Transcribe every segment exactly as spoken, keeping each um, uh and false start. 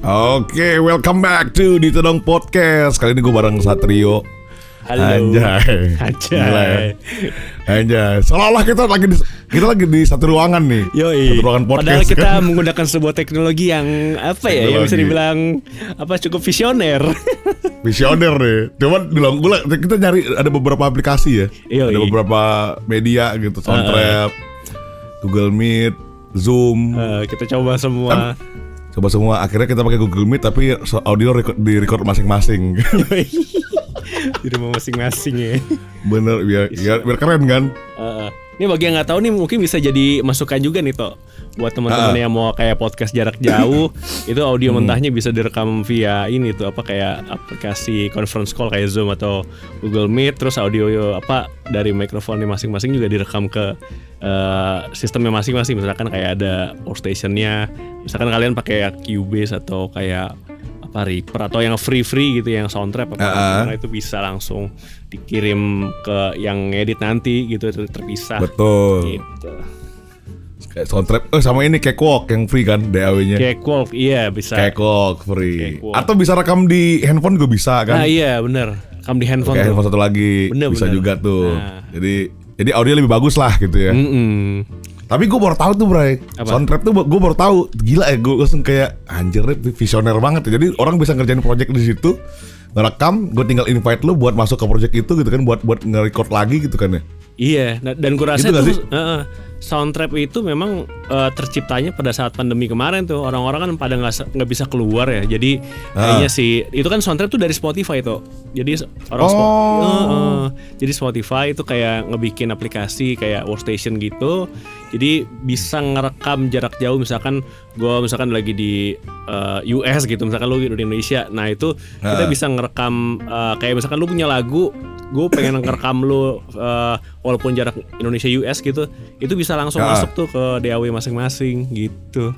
Oke, welcome back to Ditodong Podcast. Kali ini gue bareng Satrio. Halo. Anjay. Anjay. Anjay. Seolah-olah kita lagi di, kita lagi di satu ruangan nih. Yoi. Satu ruangan podcast. Padahal kita kan? menggunakan sebuah teknologi yang apa ya, Teknologi. yang bisa dibilang apa cukup visioner. Visioner nih. Cuman bilang gue kita nyari ada beberapa aplikasi ya. Yoi. Ada beberapa media gitu, Soundtrap, Google Meet, Zoom. Uh, kita coba semua. Coba semua. Akhirnya kita pakai Google Meet tapi audio record, di record masing-masing. Di rumah masing-masing ya. Bener, biar biar, biar keren kan. Uh, ini bagi yang nggak tahu nih mungkin bisa jadi masukan juga nih Tok. Buat teman-teman uh. yang mau kayak podcast jarak jauh, itu audio hmm. mentahnya bisa direkam via ini tuh apa kayak aplikasi conference call kayak Zoom atau Google Meet, terus audio apa dari mikrofonnya masing-masing juga direkam ke uh, sistemnya masing-masing. Misalkan kayak ada workstationnya, misalkan kalian pakai Cubase atau kayak apa Reaper atau yang free-free gitu yang Soundtrap apa uh-uh. nah, itu bisa langsung dikirim ke yang edit nanti gitu terpisah. Betul. Gitu. Kayak Soundtrap, oh sama ini Cakewalk yang free kan D A W-nya. Cakewalk, iya bisa. Cakewalk free. Cakewalk. Atau bisa rekam di handphone juga bisa kan? Nah iya bener, rekam di handphone. Kayak tuh. handphone satu lagi bener, bisa bener. juga tuh. Nah. Jadi jadi audio lebih bagus lah gitu ya. Mm-mm. Tapi gue baru tahu tuh Bray, Soundtrap tuh gue baru tahu. Gila ya, gue langsung kayak anjir nih visioner banget ya. Jadi orang bisa ngerjain project di situ, ngerekam, gue tinggal invite lu buat masuk ke project itu gitu kan, buat buat nge-record lagi gitu kan ya. Iya, nah, dan kurasa Gitu itu uh, Soundtrap itu memang uh, terciptanya pada saat pandemi kemarin tuh. Orang-orang kan pada nggak nggak bisa keluar ya. Jadi kayaknya ah. sih itu kan Soundtrap tuh dari Spotify tuh. Jadi orang oh. Spo- uh, uh, jadi Spotify itu kayak ngebikin aplikasi kayak workstation gitu. Jadi bisa ngerekam jarak jauh, misalkan gue misalkan lagi di uh, U S gitu, misalkan lu di Indonesia. Nah itu ah. kita bisa ngerekam uh, kayak misalkan lu punya lagu, gue pengen ngerekam lu uh, walaupun jarak Indonesia U S gitu, itu bisa langsung ah. masuk tuh ke D A W masing-masing gitu.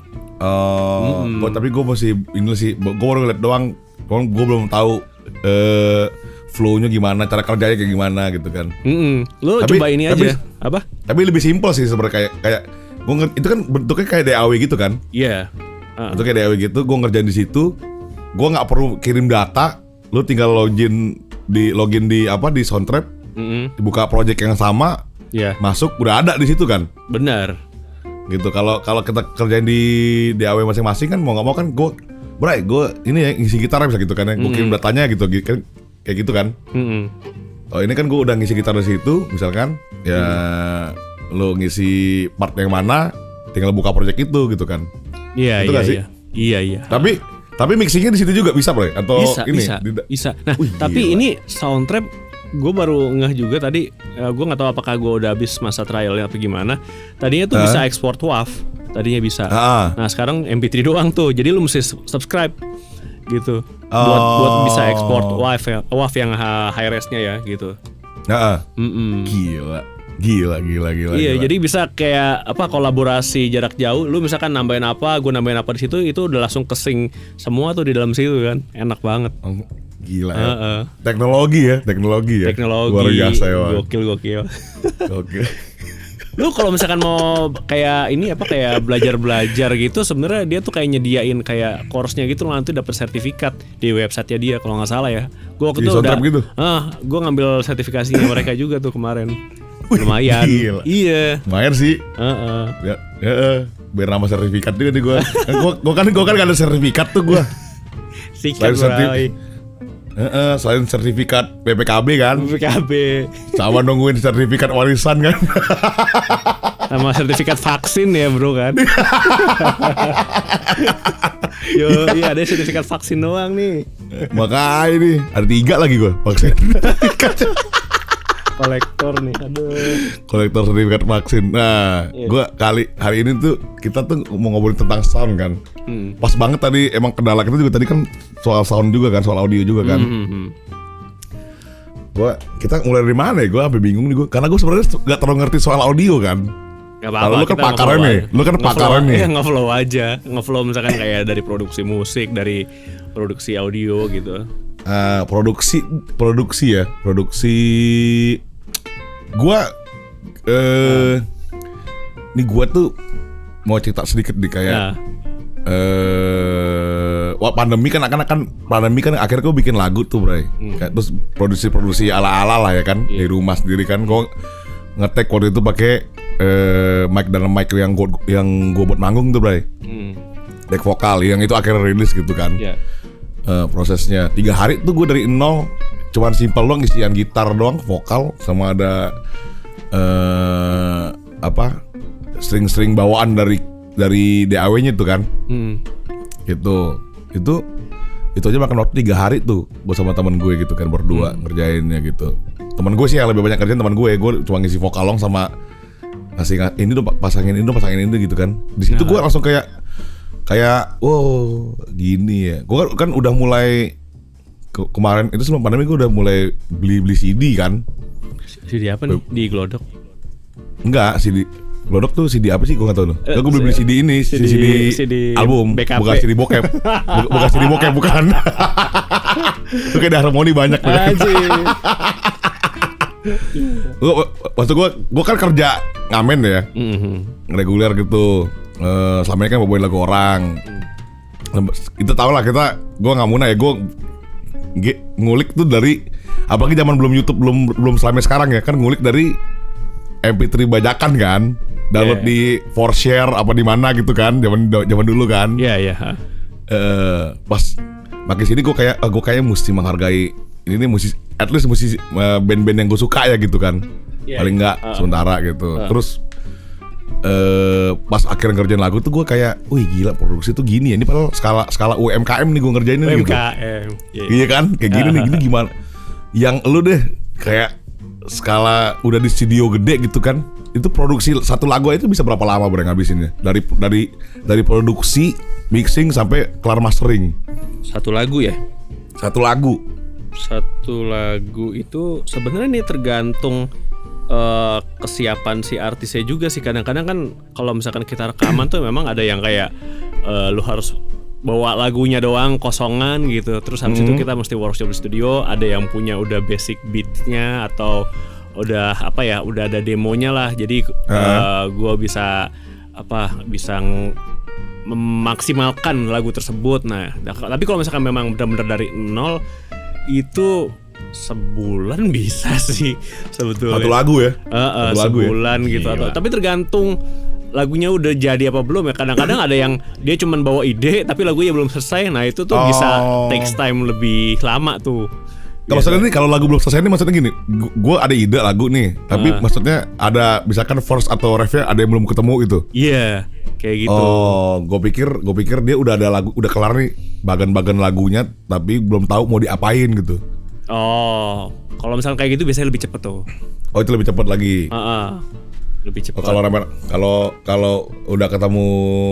Oh, mm-hmm. uh, tapi gue masih ini sih, gue baru ngeliat doang, gue belum tahu uh, flow-nya gimana, cara kerjanya kayak gimana gitu kan. Mm-mm. Lu tapi, coba ini tapi, aja, apa? Tapi lebih simpel sih sebenarnya kayak kayak gue ngerti itu kan bentuknya kayak D A W gitu kan? Iya. Yeah. Uh. Bentuknya D A W gitu, gue ngerjain di situ, gue nggak perlu kirim data, lu tinggal login di login di apa di Soundtrap, mm-hmm. dibuka project yang sama, yeah. masuk udah ada di situ kan? Benar. Gitu. Kalau kalau kita kerjain di D A W masing-masing kan mau nggak mau kan gue, Bray, gue ini ya ngisi gitar bisa gitu kan ya, gue mm-hmm. kirim datanya gitu kan. Kayak gitu kan. Mm-hmm. Oh ini kan gue udah ngisi gitar di situ, misalkan ya mm. lo ngisi part yang mana, tinggal buka project itu gitu kan. Iya iya, iya iya iya. Tapi tapi mixingnya di situ juga bisa bro? Atau bisa, ini? Bisa Di, bisa. Nah wih, tapi gila. ini Soundtrap gue baru ngeh juga tadi. Uh, gue nggak tahu apakah gue udah habis masa trialnya apa gimana. Tadinya tuh uh. bisa ekspor WAV, tadinya bisa. Uh. Nah sekarang M P three doang tuh. Jadi lu mesti subscribe gitu. Buat oh. buat bisa ekspor WAV WAV yang high res-nya ya gitu. Heeh. Gila. Gila gila gila. Iya, gila. jadi bisa kayak apa kolaborasi jarak jauh. Lu misalkan nambahin apa, gue nambahin apa di situ, itu udah langsung kesing semua tuh di dalam situ kan. Enak banget. Oh, gila ya. Uh-uh. Teknologi ya, teknologi ya. Teknologi. Luar biasa ya. Gokil gokil. Gokil. Lu kalau misalkan mau kayak ini apa kayak belajar-belajar gitu, sebenarnya dia tuh kayak nyediain kayak course-nya gitu, nanti dapat sertifikat di website-nya dia kalau nggak salah ya. Gua waktu itu udah gitu? ah, gua ngambil sertifikasinya mereka juga tuh kemarin. Lumayan. Gila. Iya. Lumayan sih. Heeh. Ya, ya, biar nama sertifikat juga nih gua. gua gua kan gua kan gak ada sertifikat tuh gua. Sikat sertif- Heeh, selain sertifikat B P K B kan. B P K B. Sama nungguin sertifikat warisan kan. Sama sertifikat vaksin ya bro kan. Yo, iya ada sertifikat vaksin doang nih. Makanya nih, ada tiga lagi gue vaksin. Kolektor nih, aduh. Kolektor sertifikat vaksin. Nah, yeah. gue kali hari ini tuh kita tuh mau ngobrolin tentang sound kan. Hmm. Pas banget tadi emang kendala kita juga tadi kan soal sound juga kan, soal audio juga kan. Hmm. Gue kita mulai dari mana ya? Gue sampai bingung nih gue, karena gue sebenarnya gak terlalu ngerti soal audio kan. Kalau lu kan pakarnya nih, lu kan pakarnya nih. Ya nge-flow aja, nge-flow misalkan kayak dari produksi musik, dari produksi audio gitu. Uh, produksi produksi ya produksi gua eh uh, nih gua tuh mau cerita sedikit nih kayak nah. uh, pandemi kan akan akan pandemi kan akhirnya gue bikin lagu tuh, Bray. Hmm. Kayak terus produksi-produksi ala-ala lah ya kan, yeah. Di rumah sendiri kan. Gue ngetek waktu itu pakai eh, mic dan mic yang gue yang gue buat manggung tuh, Bray. Hmm. Deck vokal yang itu akhirnya rilis gitu kan. Yeah. Uh, prosesnya tiga hari tuh gue dari nol, cuman simpel doang, isian gitar doang, vokal sama ada uh, apa string-string bawaan dari dari D A W-nya tuh kan. Hmm. Gitu. Itu itu aja makan waktu tiga hari tuh buat sama teman gue gitu kan, berdua hmm. ngerjainnya gitu. Teman gue sih yang lebih banyak kerjaan teman gue, gue cuma ngisi vokalong sama ngasih ini dong, pasangin ini dong, pasangin ini gitu kan. Di situ nah. gue langsung kayak kayak wow gini ya. Gue kan, kan udah mulai ke, kemarin itu sebelum pandemi gue udah mulai beli beli C D kan. C D apa nih? Di Glodok? Enggak, C D Glodok tuh C D apa sih? Gue nggak tahu loh. Uh, gue beli beli C D ini, C D, C D, C D album, B K P. Bukan C D bokep, bukan C D bokep bukan. Itu kayak harmoni banyak. Gue, maksud gue, gue kan kerja ngamen ya, mm-hmm. reguler gitu. Uh, selama ini kan bawain lagu orang. Mm. Itu tau lah kita, gue nggak muna ya, gue ngulik tuh dari, apalagi zaman belum YouTube, belum belum selama sekarang ya, kan ngulik dari M P tiga bajakan kan. Download yeah. di Forshare apa di mana gitu kan, zaman zaman dulu kan. Iya yeah, iya. Yeah. Uh, pas makin sini gue kayak, uh, gue kayaknya mesti menghargai ini nih musisi, at least musisi uh, band-band yang gue suka ya gitu kan. Yeah, paling enggak yeah. uh, sementara gitu. Uh. Terus uh, pas akhirnya ngerjain lagu tuh gue kayak, wih gila produksi tuh gini ya. Ini padahal skala skala U M K M nih gue ngerjain ini gitu. U M K M. Yeah. Iya kan, kayak gini uh, nih, gini gimana? Yang lu deh kayak skala udah di studio gede gitu kan. Itu produksi satu lagu itu bisa berapa lama bro ngabisinnya? Dari dari dari produksi, mixing sampai kelar mastering. Satu lagu ya? Satu lagu. Satu lagu itu sebenarnya nih tergantung uh, kesiapan si artisnya juga sih. Kadang-kadang kan kalau misalkan kita rekaman tuh memang ada yang kayak uh, lu harus bawa lagunya doang kosongan gitu. Terus habis hmm. itu kita mesti workshop di studio. Ada yang punya udah basic beatnya atau udah apa ya, udah ada demonya lah. Jadi uh. uh, gue bisa apa bisa ng- memaksimalkan lagu tersebut. Nah, tapi kalau misalkan memang benar-benar dari nol itu sebulan bisa sih sebetulnya. Satu lagu ya? Uh, uh, Satu lagu sebulan ya? Gitu. Atau, tapi tergantung lagunya udah jadi apa belum ya. Kadang-kadang ada yang dia cuma bawa ide tapi lagunya belum selesai. Nah itu tuh oh. bisa takes time lebih lama tuh. Kalau maksudnya nih kalau lagu belum selesai nih maksudnya gini, gue ada ide lagu nih, tapi uh. maksudnya ada misalkan verse atau refnya ada yang belum ketemu gitu. Iya, yeah, kayak gitu. Oh, gue pikir gue pikir dia udah ada lagu, udah kelar nih bagian-bagian lagunya, tapi belum tahu mau diapain gitu. Oh, kalau misalnya kayak gitu biasanya lebih cepet tuh. Oh itu lebih cepet lagi. Uh-uh. Lebih cepet. Oh, kalau kalau kalau udah ketemu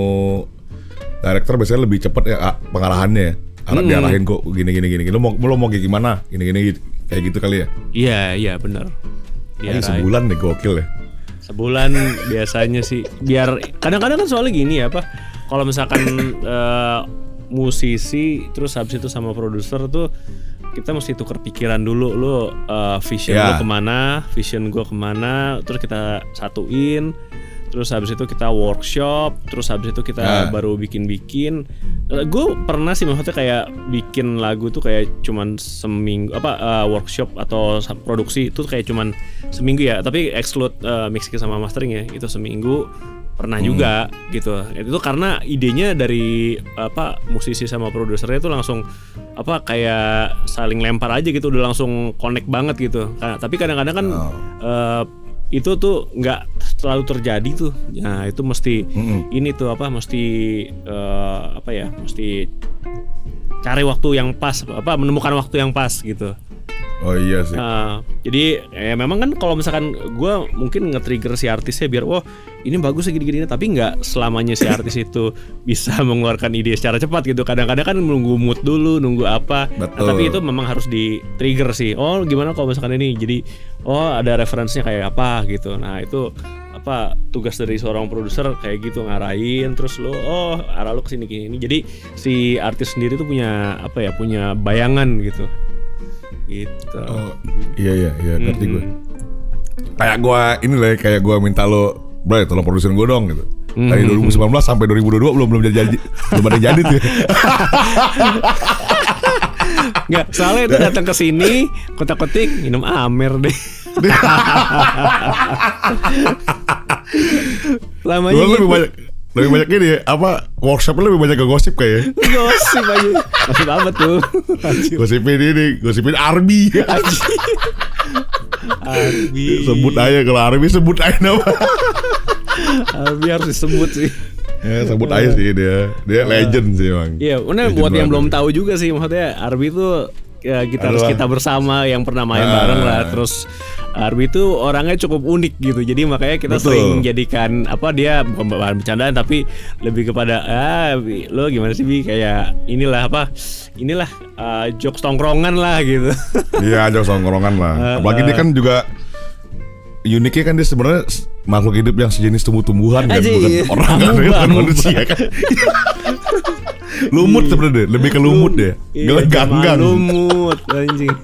director biasanya lebih cepet ya pengarahannya. Anak hmm. diarahin kok gini gini gini. Lu mau lu mau kayak gimana? Gini gini kayak gitu kali ya? Iya iya benar. Ini sebulan nih gokil ya. Sebulan biasanya sih. Biar kadang-kadang kan soalnya gini ya apa? Kalau misalkan uh, musisi terus habis itu sama produser tuh kita mesti tuker pikiran dulu. Lu uh, vision yeah. lu kemana, vision gua kemana, terus kita satuin. Terus habis itu kita workshop, terus habis itu kita nah. baru bikin-bikin. Gue pernah sih maksudnya kayak bikin lagu tuh kayak cuman seminggu apa uh, workshop atau produksi itu kayak cuman seminggu ya. Tapi exclude uh, mixing sama mastering ya, itu seminggu pernah hmm. juga gitu. Itu karena idenya dari apa musisi sama produsernya itu langsung apa kayak saling lempar aja gitu, udah langsung connect banget gitu. Nah, tapi kadang-kadang kan oh. uh, itu tuh nggak selalu terjadi tuh. Nah itu mesti mm-hmm. ini tuh apa mesti uh, apa ya mesti cari waktu yang pas, apa menemukan waktu yang pas gitu. Oh iya sih. Uh, jadi ya memang kan kalau misalkan gue mungkin nge-trigger si artisnya biar wah ini bagus gini-gini, tapi nggak selamanya si artis itu bisa mengeluarkan ide secara cepat gitu. Kadang-kadang kan nunggu mood dulu, nunggu apa. Nah, tapi itu memang harus di-trigger sih. Oh gimana kalau misalkan ini jadi oh ada referensinya kayak apa gitu. Nah itu apa tugas dari seorang produser kayak gitu ngarahin, terus lo oh arah lo kesini gini. Jadi si artis sendiri tuh punya apa ya punya bayangan gitu. Gitu. Oh, iya iya iya ngerti mm-hmm. gue. Kayak gue ini lah kayak gue minta lo, bro tolong produserin gue dong gitu. Dari dua ribu sembilan belas sampai dua ribu dua puluh dua belum belum jadi belum ada jadi tuh. Nggak, soalnya itu datang ke sini kotak-kotik minum Amer deh. Lamanya Lu gitu. lebih banyak lebih banyak ini ya, apa workshopnya lebih banyak ke gosip kayak. Gosip aja. Gosip apa tuh? Gosipin ini, gosipin Arby. Arby. Sebut aja kalau Arby sebut aja nama. Arby harus disebut sih. Ya, sebut aja sih dia. Dia legend sih emang. Iya, benar buat yang belum tahu juga sih, maksudnya Arby itu ya, gitaris kita bersama yang pernah main ah. bareng lah. Terus Arby itu orangnya cukup unik gitu. Jadi makanya kita Betul. sering jadikan apa dia bukan bahan bercandaan tapi lebih kepada ah lo gimana sih Bi, kayak inilah apa? Inilah uh, jokes tongkrongan lah gitu. Iya, jokes tongkrongan lah. Uh, Apalagi uh, dia kan juga uniknya kan dia sebenarnya makhluk hidup yang sejenis tumbuh-tumbuhan kan, bukan orang kan, bukan manusia kan. Lumut sebenarnya, lebih ke lumut deh. Iya, ganggang. Lumut anjing.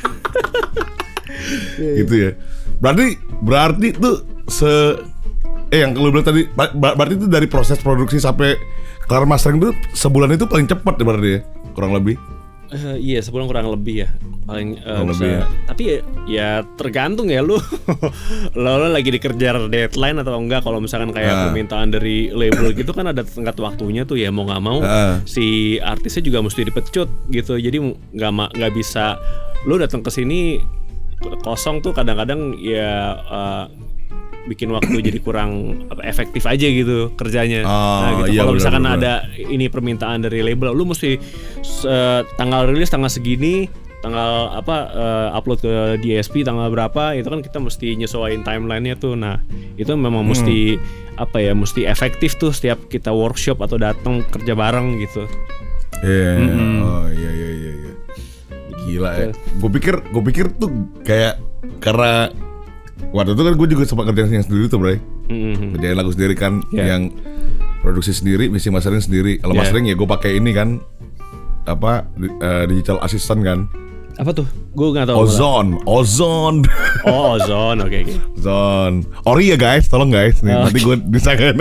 Gitu ya. Berarti berarti tuh se eh yang lu bilang tadi berarti itu dari proses produksi sampai kelar mastering itu sebulan itu paling cepat ya berarti ya, kurang lebih. Uh, iya sebulan kurang lebih ya paling uh, lebih ya. Tapi ya, ya tergantung ya lu lo, lo lagi dikejar deadline atau enggak. Kalau misalkan kayak uh. permintaan dari label gitu kan ada tenggat waktunya tuh ya, mau nggak mau uh. si artisnya juga mesti dipecut gitu. Jadi nggak nggak bisa lu datang ke sini kosong tuh, kadang-kadang ya uh, bikin waktu jadi kurang apa, efektif aja gitu kerjanya. Oh, nah gitu. Iya, kalau misalkan bener, ada ini permintaan dari label, lu mesti uh, tanggal rilis tanggal segini, tanggal apa uh, upload ke D S P tanggal berapa, itu kan kita mesti nyesuaiin timelinenya tuh. Nah itu memang hmm. mesti apa ya, mesti efektif tuh setiap kita workshop atau datang kerja bareng gitu. Iya. Yeah, mm-hmm. Oh iya iya iya. iya. Gila ya. Gue pikir gue pikir tuh kayak karena waktu itu kan gue juga sempat kerjain yang sendiri tuh bro, mm-hmm. kerjain lagu sendiri kan, yeah. yang produksi sendiri, mixing mastering sendiri. Kalau yeah. mastering ya gue pakai ini kan, apa uh, digital assistant kan. Apa tuh? Gue nggak tahu. Ozone, Ozone. Oh Ozone, oke okay, oke. Okay. Ozone, Ori ya guys, tolong guys. Nih, oh. Nanti gue disangkain.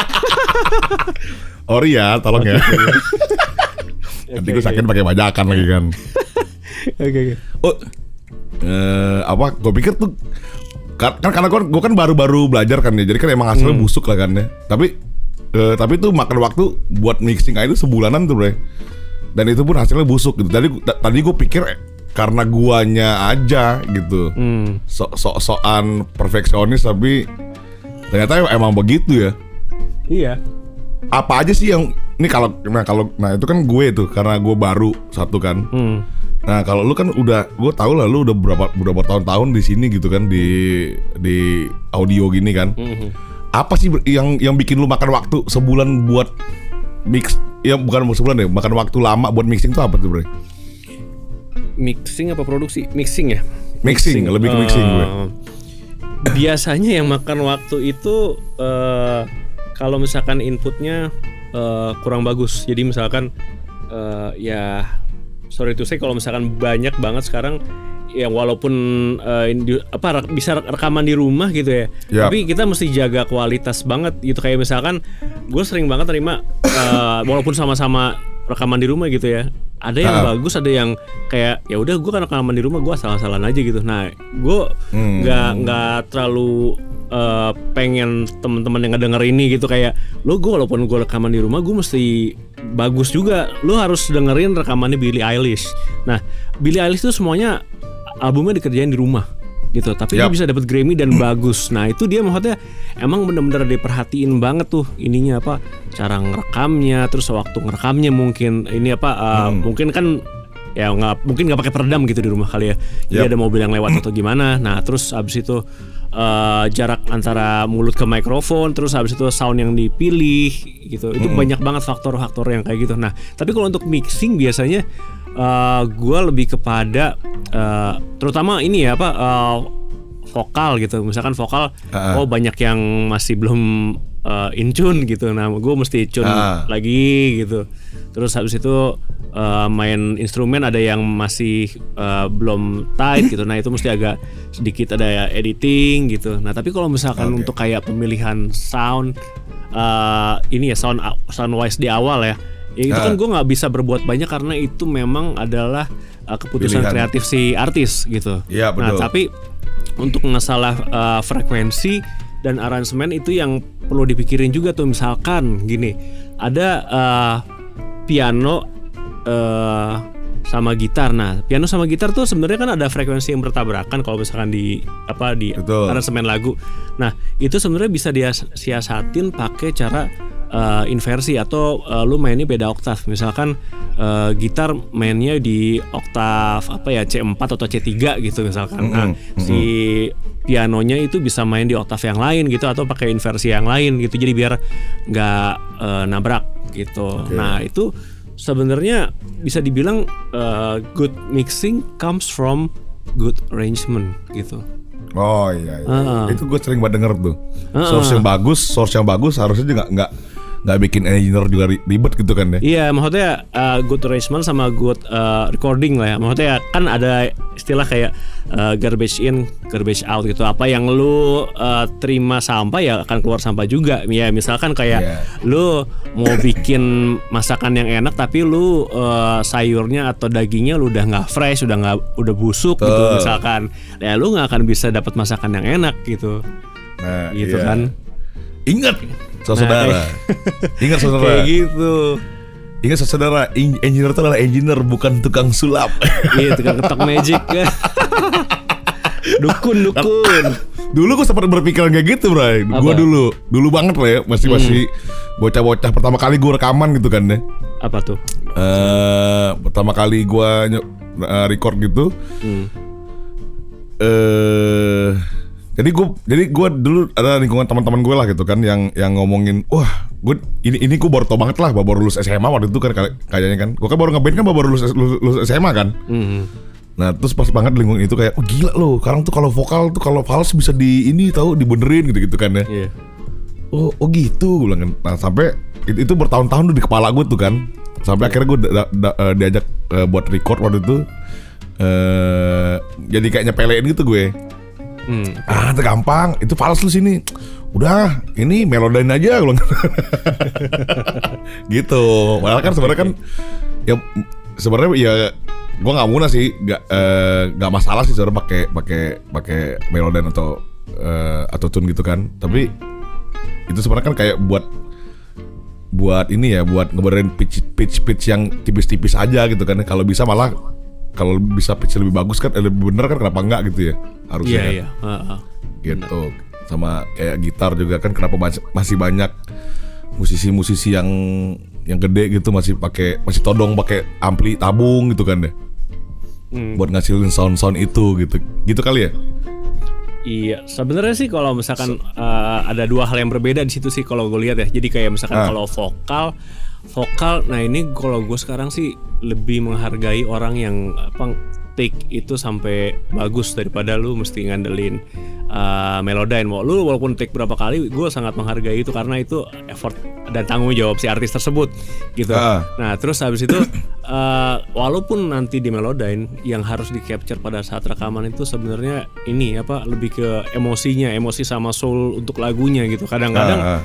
Ori ya, tolong okay, ya. Okay. Nanti gue okay, sakin okay. pakai bajakan lagi kan. Oke okay, okay. Oh, uh, apa? Gue pikir tuh kan, kan karena gue kan baru-baru belajar kan ya, jadi kan emang hasilnya hmm. busuk lah kan ya. Tapi uh, tapi tuh makan waktu buat mixing aja itu sebulanan tuh bro. Dan itu pun hasilnya busuk gitu. Tadi t- tadi gue pikir karena guanya aja gitu, hmm. sok-sokan perfeksionis, tapi ternyata emang begitu ya. Iya. Apa aja sih yang ini kalau nah kalau nah itu kan gue tuh karena gue baru satu kan. Hmm. Nah kalau lu kan udah, gue tahu lah lu udah berapa berapa tahun-tahun di sini gitu kan, di di audio gini kan. Mm-hmm. Apa sih yang yang bikin lu makan waktu sebulan buat mix? Ya bukan sebulan deh, makan waktu lama buat mixing tuh apa tuh bro? Mixing apa produksi? Mixing ya. Mixing, mixing. Lebih ke mixing uh, gue. Biasanya yang makan waktu itu uh, kalau misalkan inputnya uh, kurang bagus. Jadi misalkan uh, ya sorry to say kalau misalkan banyak banget sekarang ya walaupun uh, indi, apa bisa rekaman di rumah gitu ya, yep. tapi kita mesti jaga kualitas banget gitu. Kayak misalkan gue sering banget terima uh, walaupun sama-sama rekaman di rumah gitu ya, ada yang uh. bagus, ada yang kayak ya udah gue kan rekaman di rumah gue asal-asalan aja gitu. Nah gue nggak hmm. nggak terlalu uh, pengen teman-teman yang ngedenger ini gitu, kayak lo gue walaupun gue rekaman di rumah gue mesti bagus juga, lo harus dengerin rekamannya Billie Eilish. Nah Billie Eilish tuh semuanya albumnya dikerjain di rumah gitu, tapi yep. dia bisa dapat Grammy dan bagus. Nah itu dia maksudnya emang benar-benar diperhatiin banget tuh ininya apa, cara ngerekamnya, terus waktu ngerekamnya mungkin ini apa uh, hmm. mungkin kan ya nggak mungkin nggak pakai peredam gitu di rumah kali ya, jadi yep. ada mobil yang lewat atau gimana. Nah terus abis itu uh, jarak antara mulut ke mikrofon, terus abis itu sound yang dipilih gitu, itu hmm. banyak banget faktor-faktor yang kayak gitu. Nah tapi kalau untuk mixing biasanya Uh, gue lebih kepada uh, terutama ini ya apa uh, vokal gitu. Misalkan vokal uh-uh. oh banyak yang masih belum uh, in tune gitu, nah gue mesti tune uh. lagi gitu. Terus habis itu uh, main instrumen ada yang masih uh, belum tight gitu, nah itu mesti agak sedikit ada editing gitu. Nah tapi kalau misalkan okay. untuk kayak pemilihan sound uh, ini ya sound soundwise di awal ya. Ya itu uh. kan gue nggak bisa berbuat banyak karena itu memang adalah uh, keputusan Pilihan. kreatif si artis gitu. Iya betul. Nah tapi untuk masalah uh, frekuensi dan aransemen itu yang perlu dipikirin juga tuh. Misalkan gini, ada uh, piano uh, sama gitar. Nah piano sama gitar tuh sebenarnya kan ada frekuensi yang bertabrakan kalau misalkan di apa di betul. aransemen lagu. Nah itu sebenarnya bisa disiasatin pakai cara Uh, inversi atau uh, lu mainnya beda oktav. Misalkan uh, gitar mainnya di oktav apa ya C empat atau C tiga gitu misalkan. Nah, mm-hmm. si pianonya itu bisa main di oktav yang lain gitu atau pakai inversi yang lain gitu. Jadi biar nggak uh, nabrak gitu. Okay. Nah, itu sebenarnya bisa dibilang uh, good mixing comes from good arrangement gitu. Oh iya, iya. Uh. Itu gue sering banget denger tuh. Uh. Source yang bagus, source yang bagus harusnya juga nggak nggak bikin engineer juga ribet gitu kan ya? Iya, maksudnya uh, good arrangement sama good uh, recording lah ya. Maksudnya kan ada istilah kayak uh, garbage in, garbage out gitu. Apa yang lu uh, terima sampah ya akan keluar sampah juga. Ya misalkan kayak yeah. lu mau bikin masakan yang enak tapi lu uh, sayurnya atau dagingnya lu udah nggak fresh, udah nggak udah busuk uh. gitu misalkan. Ya lu nggak akan bisa dapat masakan yang enak gitu. Nah, gitu iya. kan. Ingat saudara, nah, ingat saudara. Kayak gitu. Ingat saudara, engineer itu adalah engineer bukan tukang sulap. Iya, tukang ketok magic kan. Dukun, dukun. Dulu gue sempat berpikiran kayak gitu, Bray. Gue dulu, dulu banget lah ya, masih hmm. masih bocah-bocah. Pertama kali gue rekaman gitu kan deh. Apa tuh? Uh, pertama kali gue uh, record gitu. Hmm. Uh, Jadi gue, jadi gue dulu ada lingkungan teman-teman gue lah gitu kan, yang yang ngomongin, wah, gue ini ini gue baru tau banget lah, baru lulus S M A waktu itu kan kayaknya kan, gue kan baru ngeband kan baru lulus lulus, lulus S M A kan, mm-hmm. Nah terus pas banget lingkungan itu kayak, oh gila loh, sekarang tuh kalau vokal tuh kalau fals bisa di ini tahu dibenerin gitu gitu kan ya, yeah. oh oh gitu, gue bilang kan, nah sampai itu, itu bertahun-tahun tuh di kepala gue tuh kan, sampai yeah. akhirnya gue da, da, da, diajak uh, buat record waktu itu, uh, jadi kayak nyepelein gitu gue. Hmm. Ah, itu gampang, itu fals lu sini. Udah, ini melodain aja gue. Gitu. Padahal kan sebenarnya kan ya sebenarnya ya gue nggak muna sih, nggak nggak uh, masalah sih sebenarnya pakai pakai pakai melodain atau uh, atau tune gitu kan. Tapi itu sebenarnya kan kayak buat buat ini ya, buat ngebenerin pitch pitch pitch yang tipis-tipis aja gitu kan. Kalau bisa malah kalau bisa pitch lebih bagus kan, lebih bener kan, kenapa enggak gitu ya harusnya. Iya, kan? iya. Uh, uh. Gitu. Sama kayak gitar juga kan, kenapa masih banyak musisi-musisi yang yang gede gitu masih pakai masih todong pakai ampli tabung gitu kan deh. Hmm. Buat ngasilin sound-sound itu gitu. Gitu kali ya? Iya, sebenarnya sih kalau misalkan uh, ada dua hal yang berbeda di situ sih kalau gue lihat ya. Jadi kayak misalkan ah. kalau vokal Vokal, nah ini kalau gue sekarang sih lebih menghargai orang yang apa take itu sampai bagus daripada lu mesti ngandelin uh, melodain. Mau lu walaupun take berapa kali, gue sangat menghargai itu karena itu effort dan tanggung jawab si artis tersebut gitu. Uh. Nah terus habis itu uh, walaupun nanti di melodain, yang harus di capture pada saat rekaman itu sebenarnya ini apa lebih ke emosinya, emosi sama soul untuk lagunya gitu. Kadang-kadang uh.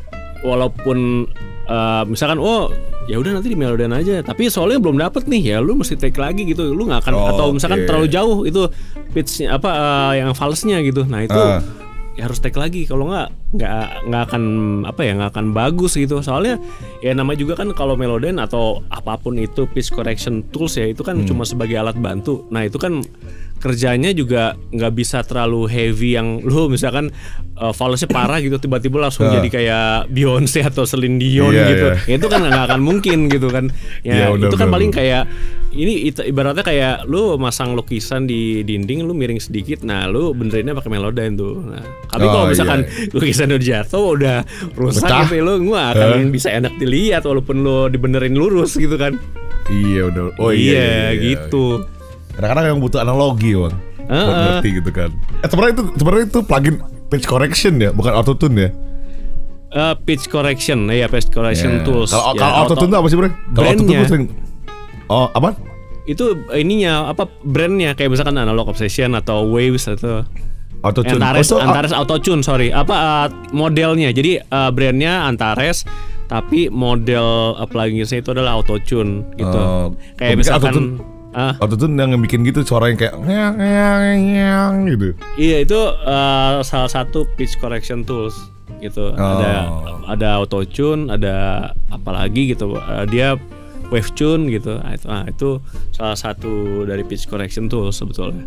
walaupun Uh, misalkan oh ya udah nanti di melodain aja, tapi soalnya belum dapet nih, ya lu mesti take lagi gitu, lu nggak akan oh, atau misalkan okay. terlalu jauh itu pitchnya apa uh, yang falsenya gitu, nah itu uh. ya harus take lagi, kalau nggak nggak nggak akan apa ya nggak akan bagus gitu, soalnya ya namanya juga kan kalau melodain atau apapun itu pitch correction tools ya itu kan hmm. cuma sebagai alat bantu, nah itu kan kerjanya juga nggak bisa terlalu heavy yang lu misalkan uh, falsenya parah gitu tiba-tiba langsung uh. jadi kayak Beyonce atau Celine Dion yeah, gitu yeah. itu kan nggak akan mungkin gitu kan ya yeah, udah, itu kan udah, paling udah. Kayak ini ibaratnya kayak lu masang lukisan di dinding, lu miring sedikit, nah lu benerinnya pakai melodain tuh, nah tapi oh, kalau misalkan yeah. lukisan udah jatuh udah rusak Betah. gitu, lu nggak akan uh. bisa enak dilihat walaupun lu dibenerin lurus gitu kan. Iya udah oh iya, iya, iya, iya gitu iya. Kadang-kadang yang butuh analogi bang, uh, buat uh. ngerti gitu kan. Eh sebenarnya itu sebenarnya itu plugin pitch correction ya, bukan autotune ya? Uh, pitch correction, ya pitch correction yeah. tools. Kalau ya, kalau autotune itu apa sih bro? Kalau autotune sering, oh apa? Itu ininya apa brandnya kayak misalkan Analog Obsession atau Waves atau Autotune. Antares, Oh, so, Antares Autotune, sorry. Apa uh, modelnya? Jadi uh, brandnya Antares, tapi model uh, pluginsnya itu adalah Autotune gitu. Uh, Kayak misalkan Autotune, uh, Autotune yang bikin gitu suara yang kayak nyang, nyang, nyang, gitu. Iya, itu uh, salah satu pitch correction tools gitu. Oh. Ada ada Autotune, ada apa lagi gitu. Uh, dia Wave Tune gitu. Nah, itu, nah, itu salah satu dari pitch correction tools sebetulnya.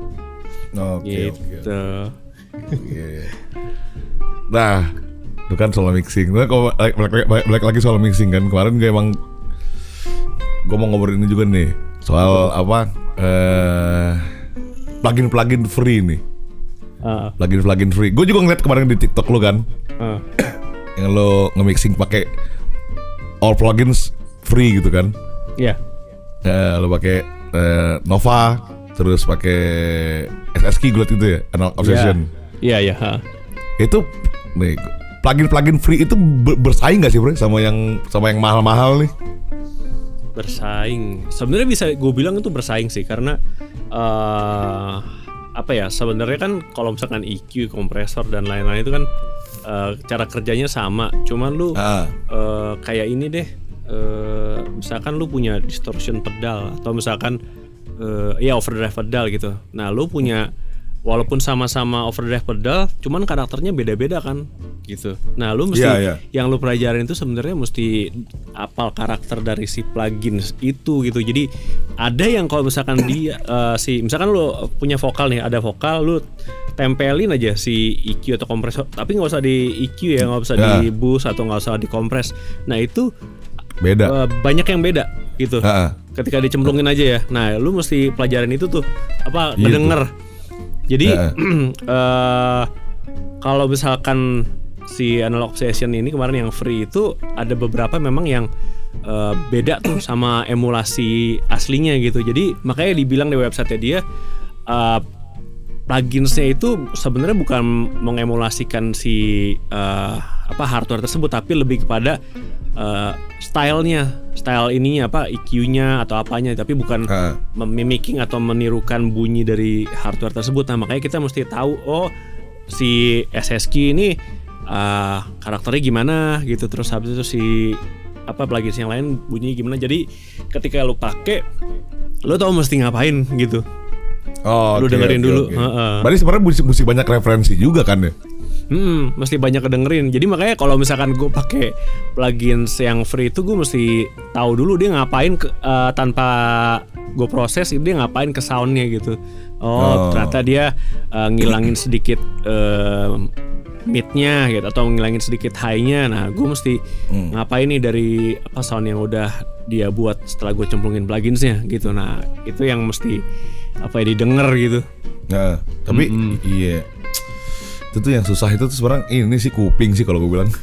Oke, gitu. Oke. Nah, itu kan soal mixing. Nah, kalau balik, balik, balik, balik lagi soal mixing kan. Kemarin gue emang gue mau ngobrolin ini juga nih soal apa eh, plugin-plugin free nih. Uh. Plugin-plugin free. Gue juga ngeliat kemarin di TikTok lo kan, Uh. yang lo nge-mixing pakai all plugins free gitu kan. Iya. Yeah. Eh, lo pakai eh, Nova, terus pakai S S K gue liat itu ya, Analog Obsession. Iya, iya. Yeah. Itu nih plugin-plugin free itu bersaing nggak sih bro sama yang sama yang mahal-mahal nih? Bersaing. Sebenarnya bisa gue bilang itu bersaing sih karena uh, apa ya? Sebenarnya kan kalau misalkan E Q, kompresor dan lain-lain itu kan uh, cara kerjanya sama. Cuman lu Ah. uh, kayak ini deh. Uh, misalkan lu punya distortion pedal atau misalkan uh, ya overdrive pedal gitu. Nah, lu punya walaupun sama-sama overdrive pedal, cuman karakternya beda-beda kan, gitu. Nah, lu mesti yeah, yeah. yang lu pelajarin itu sebenarnya mesti apal karakter dari si plugin itu gitu. Jadi ada yang kalau misalkan dia uh, si misalkan lu punya vokal nih, ada vokal, lu tempelin aja si E Q atau kompresor, tapi nggak usah di E Q ya, nggak usah yeah. di boost atau nggak usah dikompres. Nah itu beda, uh, banyak yang beda gitu. Ha-ha. Ketika dicemplungin aja ya. Nah, lu mesti pelajarin itu tuh apa Gitu. ngedenger. Jadi uh, kalau misalkan si Analog Obsession ini kemarin yang free itu ada beberapa memang yang uh, beda tuh sama emulasi aslinya gitu. Jadi makanya dibilang di website dia uh, pluginsnya itu sebenarnya bukan mengemulasikan si uh, apa hardware tersebut, tapi lebih kepada uh, stylenya, style ininya apa E Q-nya atau apanya, tapi bukan uh. memimicking atau menirukan bunyi dari hardware tersebut. Nah makanya kita mesti tahu oh si S S K ini uh, karakternya gimana gitu, terus habis itu si apa plugins yang lain bunyinya gimana. Jadi ketika lu pakai, lu tahu mesti ngapain gitu. Oh, lu okay, dengerin okay, dulu. Okay. Uh-uh. Berarti sebenarnya mesti, mesti banyak referensi juga kan ya? Hmm, mesti banyak kedengerin. Jadi makanya kalau misalkan gue pakai plugins yang free itu gue mesti tahu dulu dia ngapain ke, uh, tanpa gue proses dia ngapain ke soundnya gitu. Oh, oh. ternyata dia uh, ngilangin sedikit uh, mid-nya gitu atau ngilangin sedikit high-nya. Nah, gue mesti hmm. ngapain nih dari apa sound yang udah dia buat setelah gue cemplungin pluginsnya gitu. Nah, itu yang mesti apa ya didengar gitu. Nah, tapi mm-hmm. iya. Itu tuh yang susah itu tuh sebenarnya ini sih kuping sih kalau gue bilang.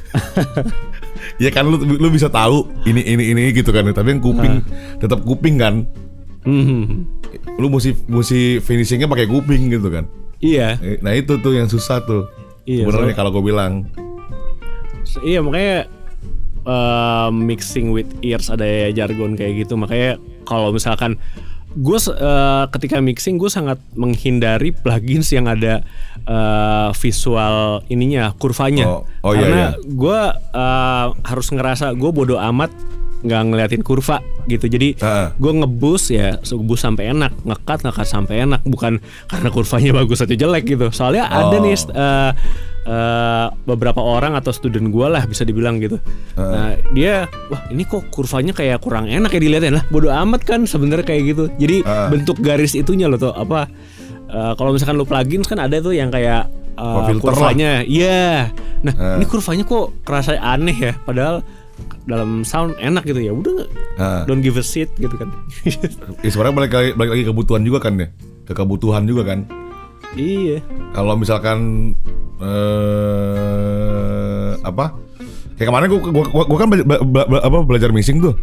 Ya kan lu lu bisa tahu ini ini ini gitu kan, tapi yang kuping nah. tetap kuping kan. Mm-hmm. Lu mesti mesti finishingnya pakai kuping gitu kan. Iya. Nah itu tuh yang susah tuh. Iya, sebenarnya so, kalau gue bilang. Iya makanya uh, mixing with ears ada ya jargon kayak gitu. Makanya kalau misalkan gue uh, ketika mixing gue sangat menghindari plugins yang ada uh, visual ininya kurvanya. Oh, oh, karena iya, iya. gue uh, harus ngerasa gue bodo amat nggak ngeliatin kurva gitu. Jadi uh. gue ngebus ya ngebus sampai enak, ngekat ngekat sampai enak, bukan karena kurvanya bagus atau jelek gitu. Soalnya oh. ada nih uh, Uh, beberapa orang atau student gue lah bisa dibilang gitu. Uh. Nah dia, wah ini kok kurvanya kayak kurang enak ya dilihatin lah. Bodo amat kan sebenarnya kayak gitu. Jadi uh. bentuk garis itunya loh tuh apa? Uh, kalau misalkan lu plugins kan ada tuh yang kayak uh, kurvanya, iya. Yeah. Nah uh. ini kurvanya kok kerasa aneh ya. Padahal dalam sound enak gitu ya. Udah, uh. don't give a shit gitu kan. Ya, sebenarnya balik lagi, balik lagi kebutuhan juga kan ya. Ke kebutuhan juga kan. Iya. Kalau misalkan Uh, apa? Kayak kemarin gua gua, gua, gua kan bela, bela, bela, apa belajar mixing tuh.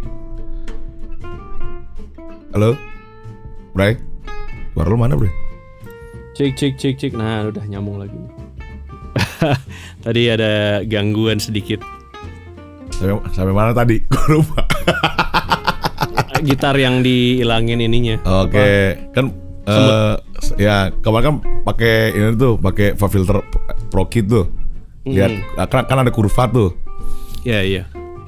Halo, Bray, suara lu mana, Bray? Cek cek cek cek. Nah, udah nyambung lagi. Tadi ada gangguan sedikit. Sampai, sampai mana tadi? Gua lupa. Gitar yang dihilangin ininya. Oke, okay. Kan uh, Ya kemarin kan pakai ini tuh, pakai filter Pro Kit tuh. Lihat mm. kan, kan ada kurva tuh. Iya iya.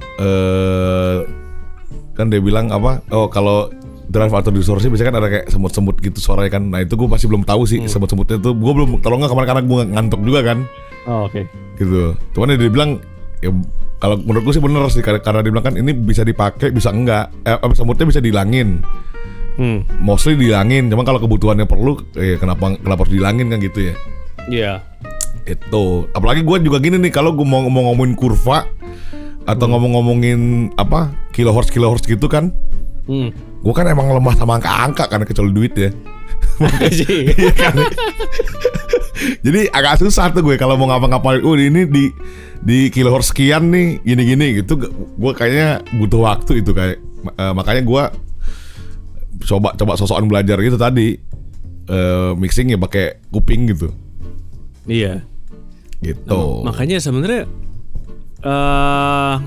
Eh kan dia bilang apa? Oh kalau drive atau distorsi biasanya kan ada kayak semut-semut gitu suaranya kan. Nah itu gue masih belum tahu sih mm. semut-semutnya tuh. Gue belum, kalau nggak kemarin karena gue ngantuk juga kan. Oh oke. Okay. Gitu. Cuman dia bilang ya kalau menurut gue sih bener sih, karena dia bilang kan ini bisa dipakai bisa enggak. Eh semutnya bisa dihilangin. Hmm. Mostly dihilangin, cuman kalau kebutuhannya perlu, eh kenapa kenapa harus dihilangin kan gitu ya? Iya. Yeah. Itu, apalagi gue juga gini nih, kalau gue mau, mau ngomongin kurva atau hmm. ngomong-ngomongin apa kilohertz kilohertz gitu kan, hmm. gue kan emang lemah sama angka-angka karena kecuali duit ya. Iya kan? Jadi agak susah tuh gue kalau mau ngapa-ngapain. Oh ini di di kilohertz sekian nih, gini-gini gitu. Gue kayaknya butuh waktu itu kayak, uh, makanya gue coba coba sosokan belajar gitu tadi, uh, mixingnya pakai kuping gitu. Iya. Gitu. Nah, makanya sebenarnya uh,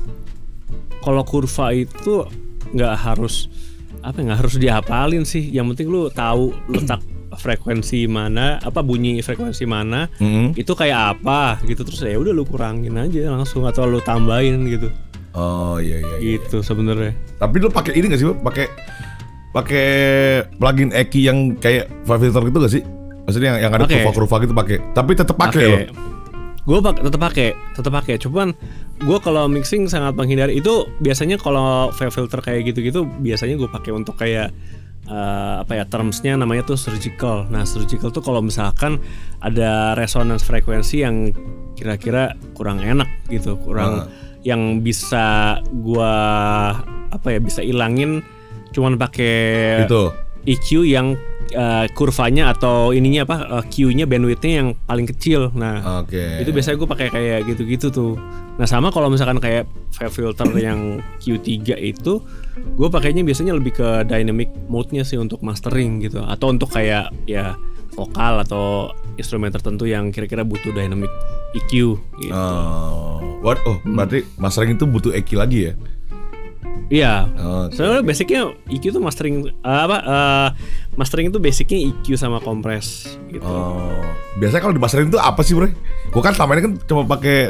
kalau kurva itu nggak harus apa nggak harus dihafalin sih. Yang penting lu tahu letak frekuensi mana, apa bunyi frekuensi mana, mm-hmm. itu kayak apa gitu. Terus ya udah lu kurangin aja langsung atau lu tambahin gitu. Oh iya iya. Gitu iya. Sebenarnya. Tapi lu pakai ini nggak sih, pakai pakai plugin Eki yang kayak filter gitu gak sih? Maksudnya yang, yang ada kurva-kurva gitu pakai. Tapi tetap pakai loh. Gue pak tetap pakai, tetap pakai. Cuman gue kalau mixing sangat menghindari itu. Biasanya kalau filter kayak gitu-gitu biasanya gue pakai untuk kayak uh, apa ya termsnya namanya tuh surgical. Nah surgical tuh kalau misalkan ada resonance frekuensi yang kira-kira kurang enak gitu, kurang uh. yang bisa gue apa ya bisa ilangin. Cuman pakai itu E Q yang uh, kurvanya atau ininya apa uh, Q-nya bandwidth-nya yang paling kecil. Nah, okay. Itu biasanya gue pakai kayak gitu-gitu tuh. Nah, sama kalau misalkan kayak filter yang Q tiga itu, gue pakainya biasanya lebih ke dynamic mode-nya sih untuk mastering gitu, atau untuk kayak ya vokal atau instrumen tertentu yang kira-kira butuh dynamic E Q gitu. Oh, what? Oh, berarti hmm. mastering itu butuh E Q lagi ya? Iya, oh, okay. Soalnya basicnya E Q tuh mastering uh, apa? Uh, mastering itu basicnya E Q sama kompres gitu. Oh, biasanya kalau di mastering itu apa sih, bro? Gue kan selama ini kan cuma pakai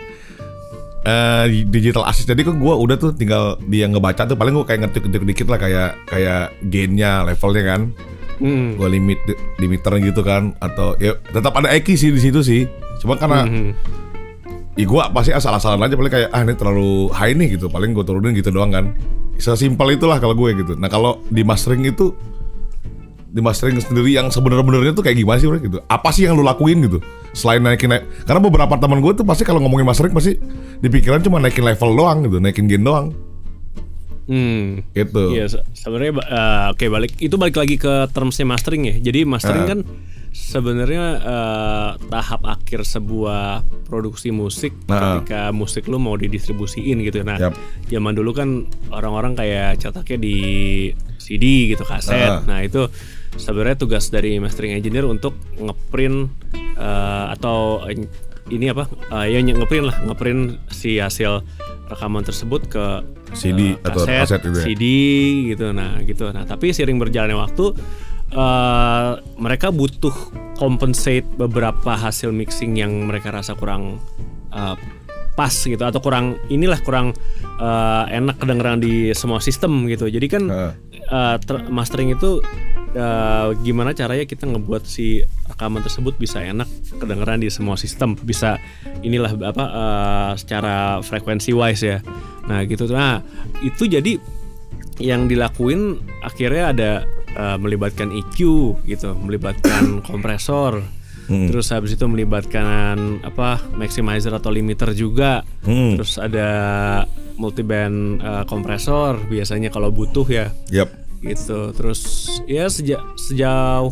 uh, digital assist, jadi kan gue udah tuh tinggal dia ngebaca tuh paling gue kayak ngetik-ngetik dikit lah kayak kayak gainnya, levelnya kan. Hmm. Gue limit limiternya gitu kan, atau ya tetap ada E Q sih di situ sih. Cuma karena hmm. ya gue pasti asal-asalan aja paling kayak ah ini terlalu high nih gitu, paling gue turunin gitu doang kan. Sesimpel itulah kalau gue gitu. Nah kalau di mastering itu, di mastering sendiri yang sebenarnya tuh kayak gimana sih bro gitu? Apa sih yang lu lakuin gitu? Selain naikin naik, karena beberapa teman gue tuh pasti kalau ngomongin mastering pasti dipikiran cuma naikin level doang gitu, naikin gain doang. Hmm, gitu. Iya sebenarnya uh, oke okay, balik itu balik lagi ke termsnya mastering ya. Jadi mastering uh. kan sebenarnya uh, tahap akhir sebuah produksi musik nah. ketika musik lu mau didistribusiin gitu. Nah, yep. zaman dulu kan orang-orang kayak cetaknya di C D gitu, kaset. Nah, nah itu sebenarnya tugas dari mastering engineer untuk ngeprint uh, atau uh, ini apa? Uh, ya ngeprint lah, ngeprint si hasil rekaman tersebut ke C D uh, kaset, atau kaset gitu ya? C D gitu. Nah, gitu. Nah, tapi seiring berjalannya waktu Uh, mereka butuh compensate beberapa hasil mixing yang mereka rasa kurang uh, pas gitu atau kurang inilah kurang uh, enak kedengeran di semua sistem gitu. Jadi kan uh. Uh, ter- mastering itu uh, gimana caranya kita ngebuat si rekaman tersebut bisa enak kedengeran di semua sistem, bisa inilah apa uh, secara frekuensi wise ya. Nah gitu. Nah itu jadi yang dilakuin akhirnya ada Uh, melibatkan E Q gitu, melibatkan kompresor, hmm. terus habis itu melibatkan apa maximizer atau limiter juga, hmm. terus ada multiband uh, kompresor biasanya kalau butuh ya, yep. gitu. Terus ya seja, sejauh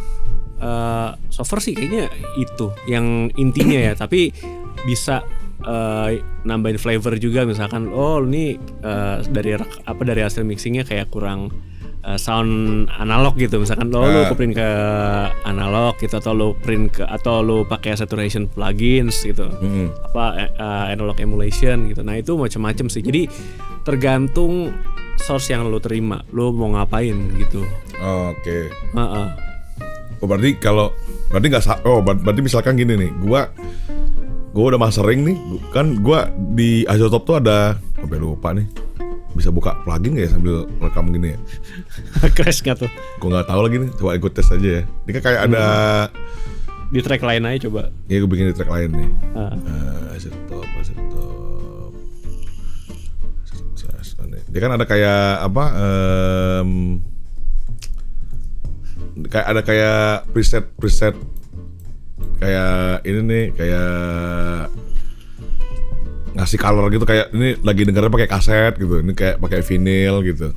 uh, software sih kayaknya itu yang intinya ya, tapi bisa uh, nambahin flavor juga misalkan, oh ini uh, dari apa dari hasil mixingnya kayak kurang Uh, sound analog gitu misalkan lo uh. lo print ke analog gitu atau lo print ke atau lo pakai saturation plugins gitu mm. apa uh, analog emulation gitu. Nah itu macam-macam sih, jadi tergantung source yang lo terima lo mau ngapain gitu. Oh, oke okay. uh-uh. Oh, berarti kalau berarti nggak oh berarti misalkan gini nih, gua gua udah mastering nih, kan gua di Isotope tuh ada, sampai lupa nih, bisa buka plugin nggak ya sambil rekam gini ya? Crash nggak tuh? Gua nggak tahu lagi nih, coba ikut tes aja ya. Ini kan kayak hmm. ada di track lain aja coba. Iya, gua bikin di track lain nih. Uh. Uh, Isotope, Isotope. Dia kan ada kayak apa? Um, kayak ada kayak preset preset kayak ini nih, kayak ngasih color gitu, kayak ini lagi dengarnya pakai kaset gitu, ini kayak pakai vinyl gitu.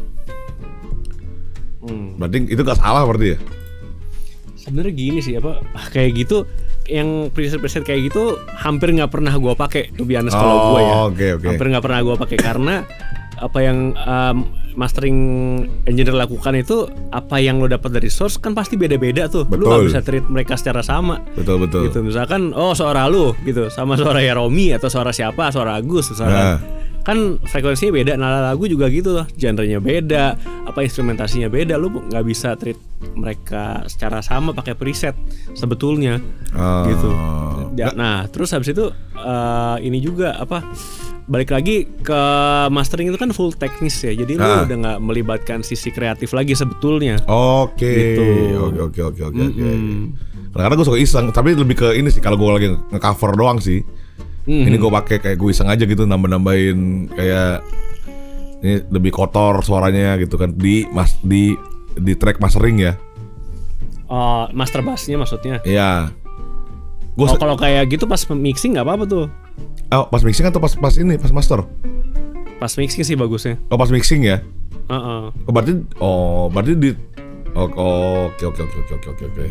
Hmm. Berarti itu gak salah berarti ya? Sebenarnya gini sih, apa kayak gitu, yang preset-preset kayak gitu hampir nggak pernah gue pakai, tuh biasa kalau gue ya. Okay, okay. Hampir nggak pernah gue pakai karena apa yang um, mastering engineer lakukan itu, apa yang lo dapat dari source kan pasti beda-beda tuh. Betul. Lu gak bisa treat mereka secara sama. Betul betul. Gitu, misalkan oh suara lu gitu sama suara ya Romi atau suara siapa, suara Agus misalkan. Nah. Kan frekuensinya beda, nada lagu juga gitu, genrenya beda, apa instrumentasinya beda, lu nggak bisa treat mereka secara sama pakai preset sebetulnya, oh. gitu. Nah terus habis itu uh, ini juga apa? Balik lagi ke mastering itu kan full teknis ya, jadi ah. lu udah nggak melibatkan sisi kreatif lagi sebetulnya. Oke. Gitu. Oke oke oke oke. Karena gue suka iseng, tapi lebih ke ini sih, kalau gue lagi nge-cover doang sih. Mm-hmm. Ini gue pakai kayak gue iseng aja gitu, nambah-nambahin kayak ini lebih kotor suaranya gitu kan di mas di di track mastering ya. Oh, master bassnya maksudnya? Iya. Gua oh, kalau kayak gitu pas mixing nggak apa-apa tuh. Oh, pas mixing atau pas pas ini pas master? Pas mixing sih bagusnya. Oh, pas mixing ya? Uh-uh. Oh, berarti oh berarti di oh, oh oke oke oke oke oke oke.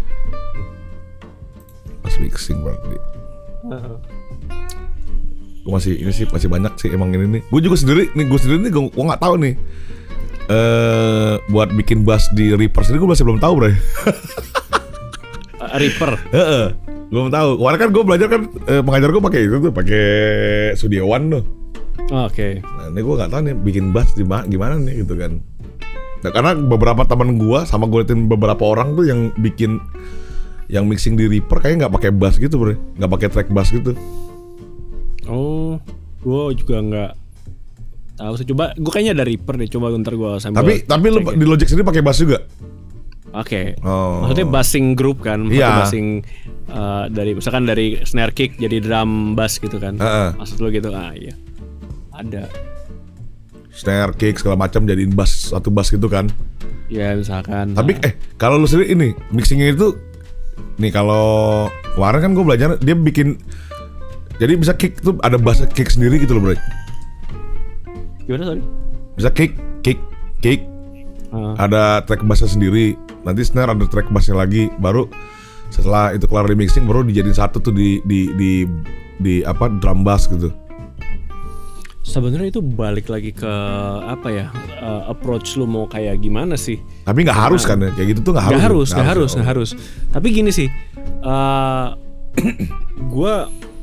Pas mixing berarti. Uh-huh. Gue masih ini sih masih banyak sih emang ini nih. Gue juga sendiri nih gue sendiri nih gue gue nggak tahu nih. Eh uh, buat bikin bass di Reaper sendiri gue masih belum tahu, bro. uh, Reaper. Heeh. Belum tahu. Kemarin kan gue belajar kan eh, pengajar gue pakai itu tuh, pakai Studio One tuh. Oh, oke. Okay. Nah, ini gue nggak tahu nih bikin bass di ma- gimana nih gitu kan. Nah, karena beberapa teman gue sama gue liatin beberapa orang tuh yang bikin yang mixing di Reaper kayaknya nggak pakai bass gitu, bro. Nggak pakai track bass gitu. Oh, gue juga nggak tahu sih. Coba, gue kayaknya ada Reaper deh. Coba ntar gue sambil. Tapi tapi lu di Logic sendiri pakai bass juga? Oke. Okay. Oh. Maksudnya bassing group kan? Iya. Bassing uh, dari misalkan dari snare kick jadi drum bass gitu kan? Uh-uh. Maksud lu gitu? Ah iya. Ada. Snare kick segala macam jadiin bass, satu bass gitu kan? Ya misalkan. Tapi nah. eh kalau lu sendiri ini mixingnya itu, nih kalau kemarin kan gue belajar dia bikin. Jadi bisa kick tuh ada bass kick sendiri gitu loh, bro. Gimana sorry? Bisa kick, kick, kick. Uh. Ada track bassnya sendiri. Nanti snare ada track bassnya lagi. Baru setelah itu kelar remixing baru dijadiin satu tuh di di di di apa drum bass gitu. Sebenarnya itu balik lagi ke apa ya, uh, approach lu mau kayak gimana sih? Tapi nggak harus kan ya, kayak gitu tuh nggak harus. Nggak harus, nggak harus, nggak harus. Tapi gini sih, uh, gue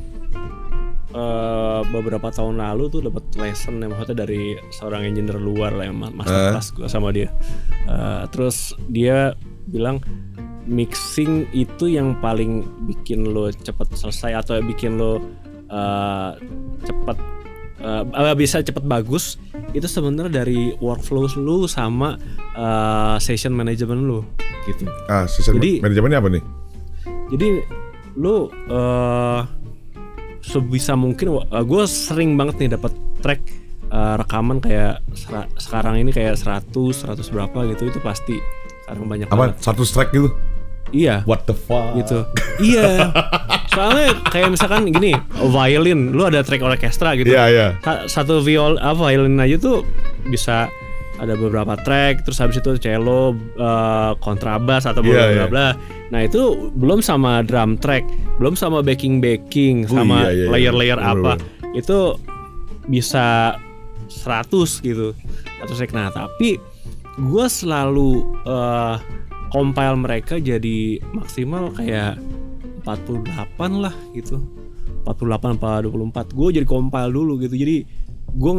uh, beberapa tahun lalu tuh dapat lesson yang maksudnya dari seorang engineer luar lah, yang masterclass uh. gue sama dia. Uh, terus dia bilang mixing itu yang paling bikin lo cepet selesai atau bikin lo uh, cepet Uh, bisa cepet bagus itu sebenarnya dari workflow lu sama uh, session management lu gitu. Ah, session jadi, manajemennya apa nih? Jadi lu uh, sebisa mungkin uh, gue sering banget nih dapat track uh, rekaman kayak sera- sekarang ini kayak seratus, seratus berapa gitu, itu pasti sekarang banyak apa? banget. seratus track gitu? Iya. What the fuck? Gitu. Iya. Soalnya kayak misalkan gini, violin, lu ada track orkestra gitu. Iya, iya. Satu viol, apa violin aja tuh bisa ada beberapa track, terus habis itu cello, uh, kontrabas atau bla bla bla. Nah, itu belum sama drum track, belum sama backing-backing, sama oh, iya, iya, layer-layer iya. apa. Bener-bener. Itu bisa seratus gitu. seratus track. Nah, tapi gue selalu uh, compile mereka jadi maksimal kayak empat puluh delapan lah gitu, empat puluh delapan apa dua puluh empat. Gue jadi compile dulu gitu. Jadi gue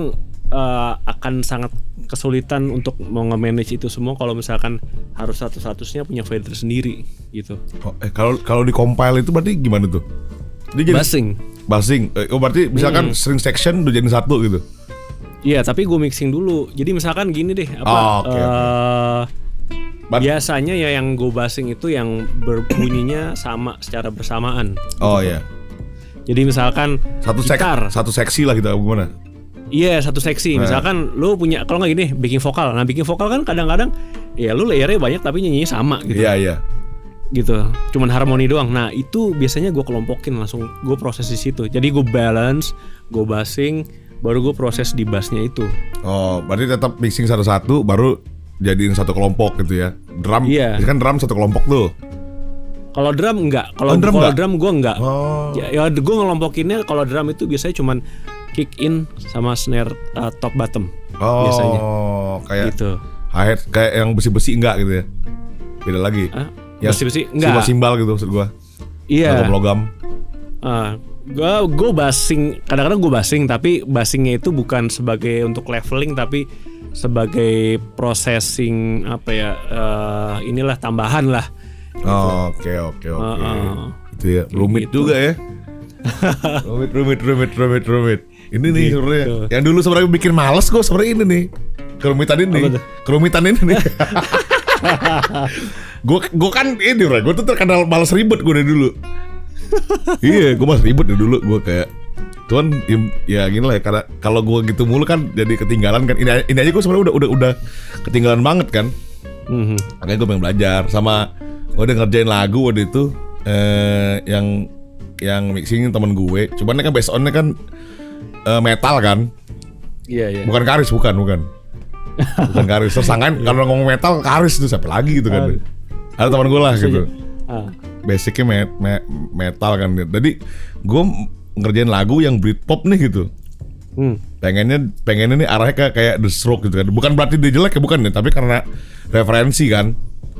uh, akan sangat kesulitan untuk mau nge-manage itu semua kalau misalkan harus satu-satunya punya fader sendiri gitu. Oh, eh kalau kalau di compile itu berarti gimana tuh? Dia jadi Basing. Basing. Eh, oh berarti misalkan hmm. string section udah jadi satu gitu. Iya, tapi gue mixing dulu. Jadi misalkan gini deh, apa oh, okay, uh, okay. biasanya ya yang gue basing itu yang berbunyinya sama secara bersamaan. Oh gitu. iya. Jadi misalkan satu sek- satu seksi lah gitu gimana? Iya, satu seksi. Nah. Misalkan lu punya, kalau nggak gini, backing vokal. Nah, backing vokal kan kadang-kadang ya lu layernya banyak tapi nyanyinya sama gitu. Iya, iya. Gitu. Cuman harmoni doang. Nah, itu biasanya gue kelompokin langsung, gue proses di situ. Jadi gue balance, gue bassing, baru gue proses di bassnya itu. Oh, berarti tetap mixing satu-satu baru jadiin satu kelompok gitu ya. Drum, iya. Kan drum satu kelompok tuh. Kalau drum enggak, kalau oh, drum, drum gue enggak. Oh. Ya, ya gue ngelompokinnya kalau drum itu biasanya cuman kick in sama snare uh, top bottom. Oh, biasanya. Kayak gitu. Hi-hat kayak yang besi-besi enggak gitu ya. Beda lagi. Ah, ya, besi-besi enggak. Simbal gitu maksud gua. Iya. Logam-logam. Uh, gue gue bassing, kadang-kadang gue bassing tapi bassingnya itu bukan sebagai untuk leveling tapi sebagai processing apa ya, uh, inilah tambahan lah. Oke oke oke. Itu ya rumit gitu. Juga ya. rumit rumit rumit rumit rumit. Ini nih gitu. Sebenarnya yang dulu sebenarnya bikin males gue sebenarnya ini nih. Kerumitan ini. Kerumitan ini nih. Gue gue kan ini bro, gue tuh terkenal males ribet gue dari dulu. Iya, gue males ribet dari dulu. Gue kayak cuman ya gini lah ya, karena kalau gue gitu mulu kan jadi ketinggalan kan. Ini ini aja gue sebenarnya udah udah udah ketinggalan banget kan. Mm-hmm. Makanya gue pengen belajar sama. Gue udah ngerjain lagu waktu itu eh, yang yang mixing temen gue. Cuman kan based on-nya kan eh, metal kan. Iya iya. Bukan Karis, bukan bukan. Bukan Karis. Terus sangkain kalau ngomong metal Karis itu siapa lagi gitu kan. Uh, Ada teman gue lah gitu. Uh. Basicnya me- me- metal kan. Jadi gue ngerjain lagu yang Britpop nih gitu. Hmm. Pengennya pengennya nih arahnya kayak kayak The Stroke gitu kan. Bukan berarti dia jelek ya, bukan ya, tapi karena referensi kan.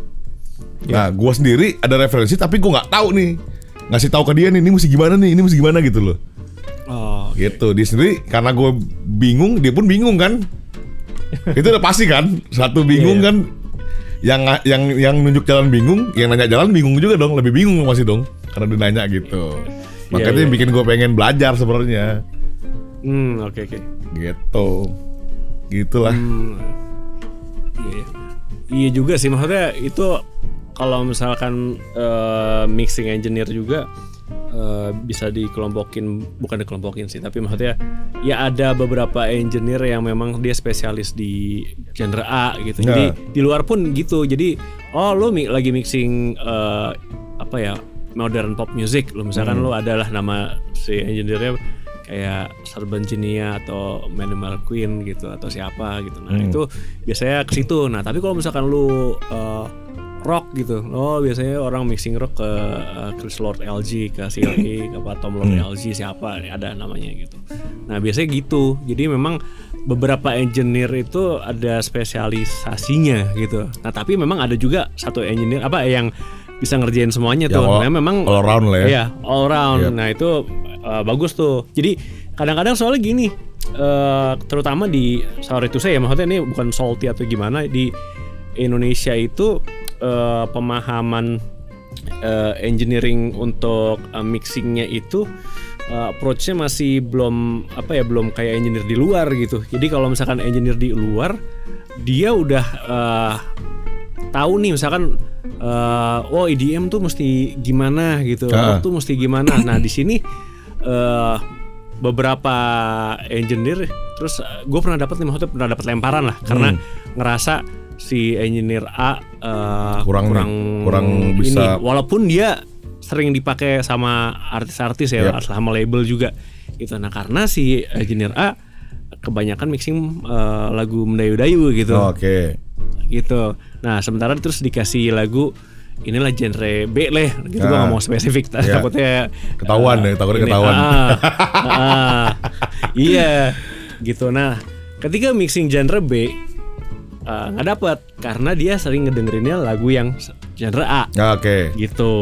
Nah, gue sendiri ada referensi tapi gue nggak tahu nih, ngasih tahu ke dia nih, ini mesti gimana nih, ini mesti gimana gitu loh. Oh, okay. Gitu. Dia sendiri karena gue bingung, dia pun bingung kan. Itu udah pasti kan, satu bingung yeah, kan, yang yang yang nunjuk jalan bingung, yang nanya jalan bingung juga dong, lebih bingung masih dong, karena dia nanya gitu. Makanya yeah, yeah. bikin gue pengen belajar sebenarnya. Hmm, oke okay, oke. Okay. Gitu, gitulah. Hmm, iya, iya juga sih, maksudnya itu. Kalau misalkan uh, mixing engineer juga uh, bisa dikelompokin, bukan dikelompokin sih, tapi maksudnya ya ada beberapa engineer yang memang dia spesialis di genre A gitu. Yeah. Jadi di luar pun gitu. Jadi oh lo mi- lagi mixing uh, apa ya, modern pop music, lo misalkan hmm. lo adalah nama si engineernya kayak Sarbanjinia atau Minimal Queen gitu atau siapa gitu. Nah hmm. itu biasanya ke situ. Nah tapi kalau misalkan lo uh, rock gitu, oh biasanya orang mixing rock ke uh, Chris Lord L G, ke C L E, ke Tom Lord L G, siapa ada namanya gitu. Nah biasanya gitu. Jadi memang beberapa engineer itu ada spesialisasinya gitu. Nah tapi memang ada juga satu engineer apa yang bisa ngerjain semuanya tuh. All, nah, memang all around lah ya. Iya, all around. Yep. Nah itu uh, bagus tuh. Jadi kadang-kadang soalnya gini, uh, terutama di sorry to say ya, maksudnya ini bukan salty atau gimana, di Indonesia itu uh, pemahaman uh, engineering untuk uh, mixingnya itu uh, approach-nya masih belum apa ya, belum kayak engineer di luar gitu. Jadi kalau misalkan engineer di luar dia udah uh, tahu nih misalkan uh, oh E D M tuh mesti gimana gitu, rock tuh mesti gimana. Nah di sini uh, beberapa engineer terus gue pernah dapat nih, maksudnya pernah dapat lemparan lah karena hmm. ngerasa si engineer A uh, kurang kurang, kurang ini, bisa, walaupun dia sering dipakai sama artis-artis ya, yep. sama label juga gitu. Nah karena si engineer A kebanyakan mixing uh, lagu mendayu-dayu gitu. Oh, oke. Okay. Gitu. Nah sementara terus dikasih lagu inilah genre B lah, gitu. Nah, gue nggak mau spesifik, yeah. takutnya ketahuan deh, uh, takutnya ketahuan. Ah, ah, iya, gitu. Nah ketika mixing genre B nggak uh, dapet karena dia sering ngedengerinnya lagu yang genre A. Oke. Okay. Gitu.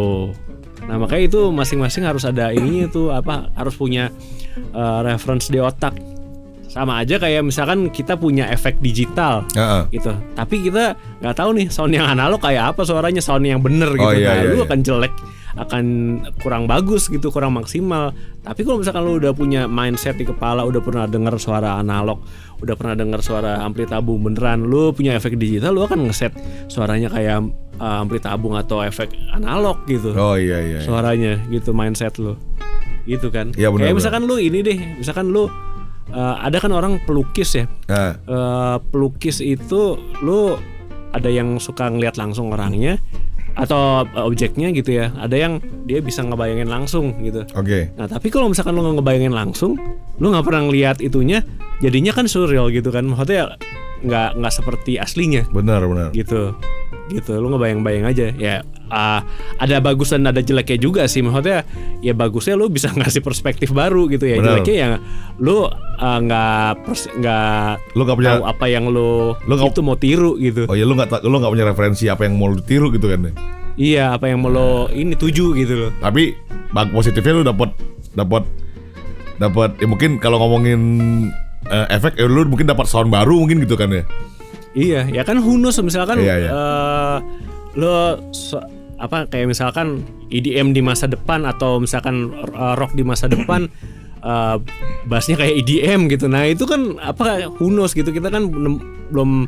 Nah makanya itu masing-masing harus ada ininya tuh apa, harus punya uh, reference di otak sama aja kayak misalkan kita punya efek digital uh-uh. gitu, tapi kita nggak tahu nih sound yang analog kayak apa suaranya, sound yang bener gitu. Oh, iya, nah iya, lu iya. akan jelek, akan kurang bagus gitu, kurang maksimal. Tapi kalau misalkan lu udah punya mindset di kepala, udah pernah dengar suara analog, udah pernah dengar suara ampli tabung beneran, lu punya efek digital, lu akan ngeset suaranya kayak uh, ampli tabung atau efek analog gitu. Oh iya iya. Suaranya gitu, mindset lu. Gitu kan. Iya, benar, kayak benar. misalkan lu ini deh, misalkan lu uh, ada kan orang pelukis ya. Nah. Uh, pelukis itu lu ada yang suka ngeliat langsung orangnya atau objeknya gitu ya. Ada yang dia bisa ngebayangin langsung gitu. Oke. Okay. Nah tapi kalau misalkan lu nggak ngebayangin langsung, lu nggak pernah ngeliat itunya, jadinya kan surreal gitu kan. Maksudnya nggak nggak seperti aslinya. Benar benar. Gitu, gitu. Lu ngebayang-bayang aja. Ya uh, ada bagus dan ada jeleknya juga sih. Maksudnya ya bagusnya lu bisa ngasih perspektif baru gitu ya. Benar. Jeleknya ya lu nggak uh, nggak Lu nggak punya tahu apa yang lu, lu gak, itu mau tiru gitu. Oh iya, lu nggak lu nggak punya referensi apa yang mau lu tiru gitu kan? Iya, apa yang mau lo ini tuju gitu loh. Tapi bag positifnya lu dapat dapat dapat ya mungkin kalau ngomongin uh, efek ya lu mungkin dapat sound baru mungkin gitu kan ya. Iya, ya kan who knows misalkan iya, iya. Uh, lo so, apa kayak misalkan E D M di masa depan atau misalkan uh, rock di masa depan uh, bassnya kayak E D M gitu. Nah, itu kan apa who knows gitu. Kita kan belum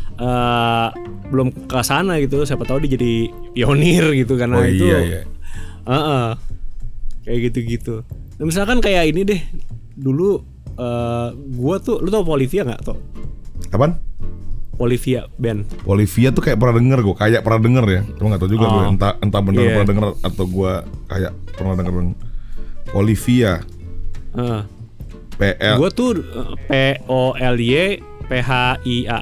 uh, belum ke sana gitu. Siapa tahu dia jadi pionir gitu karena oh, itu iya, iya. Uh-uh, kayak gitu-gitu. Nah, misalkan kayak ini deh. Dulu uh, gua tuh, lu tau Polivia enggak, Tok? Apaan? Polivia band. Polivia tuh kayak pernah denger gue, kayak pernah denger ya. Cuma nggak tahu juga oh. gue entah entah benar yeah. pernah denger atau gue kayak pernah denger. Polivia. Uh. P L. Gue tuh P O L Y P H I A.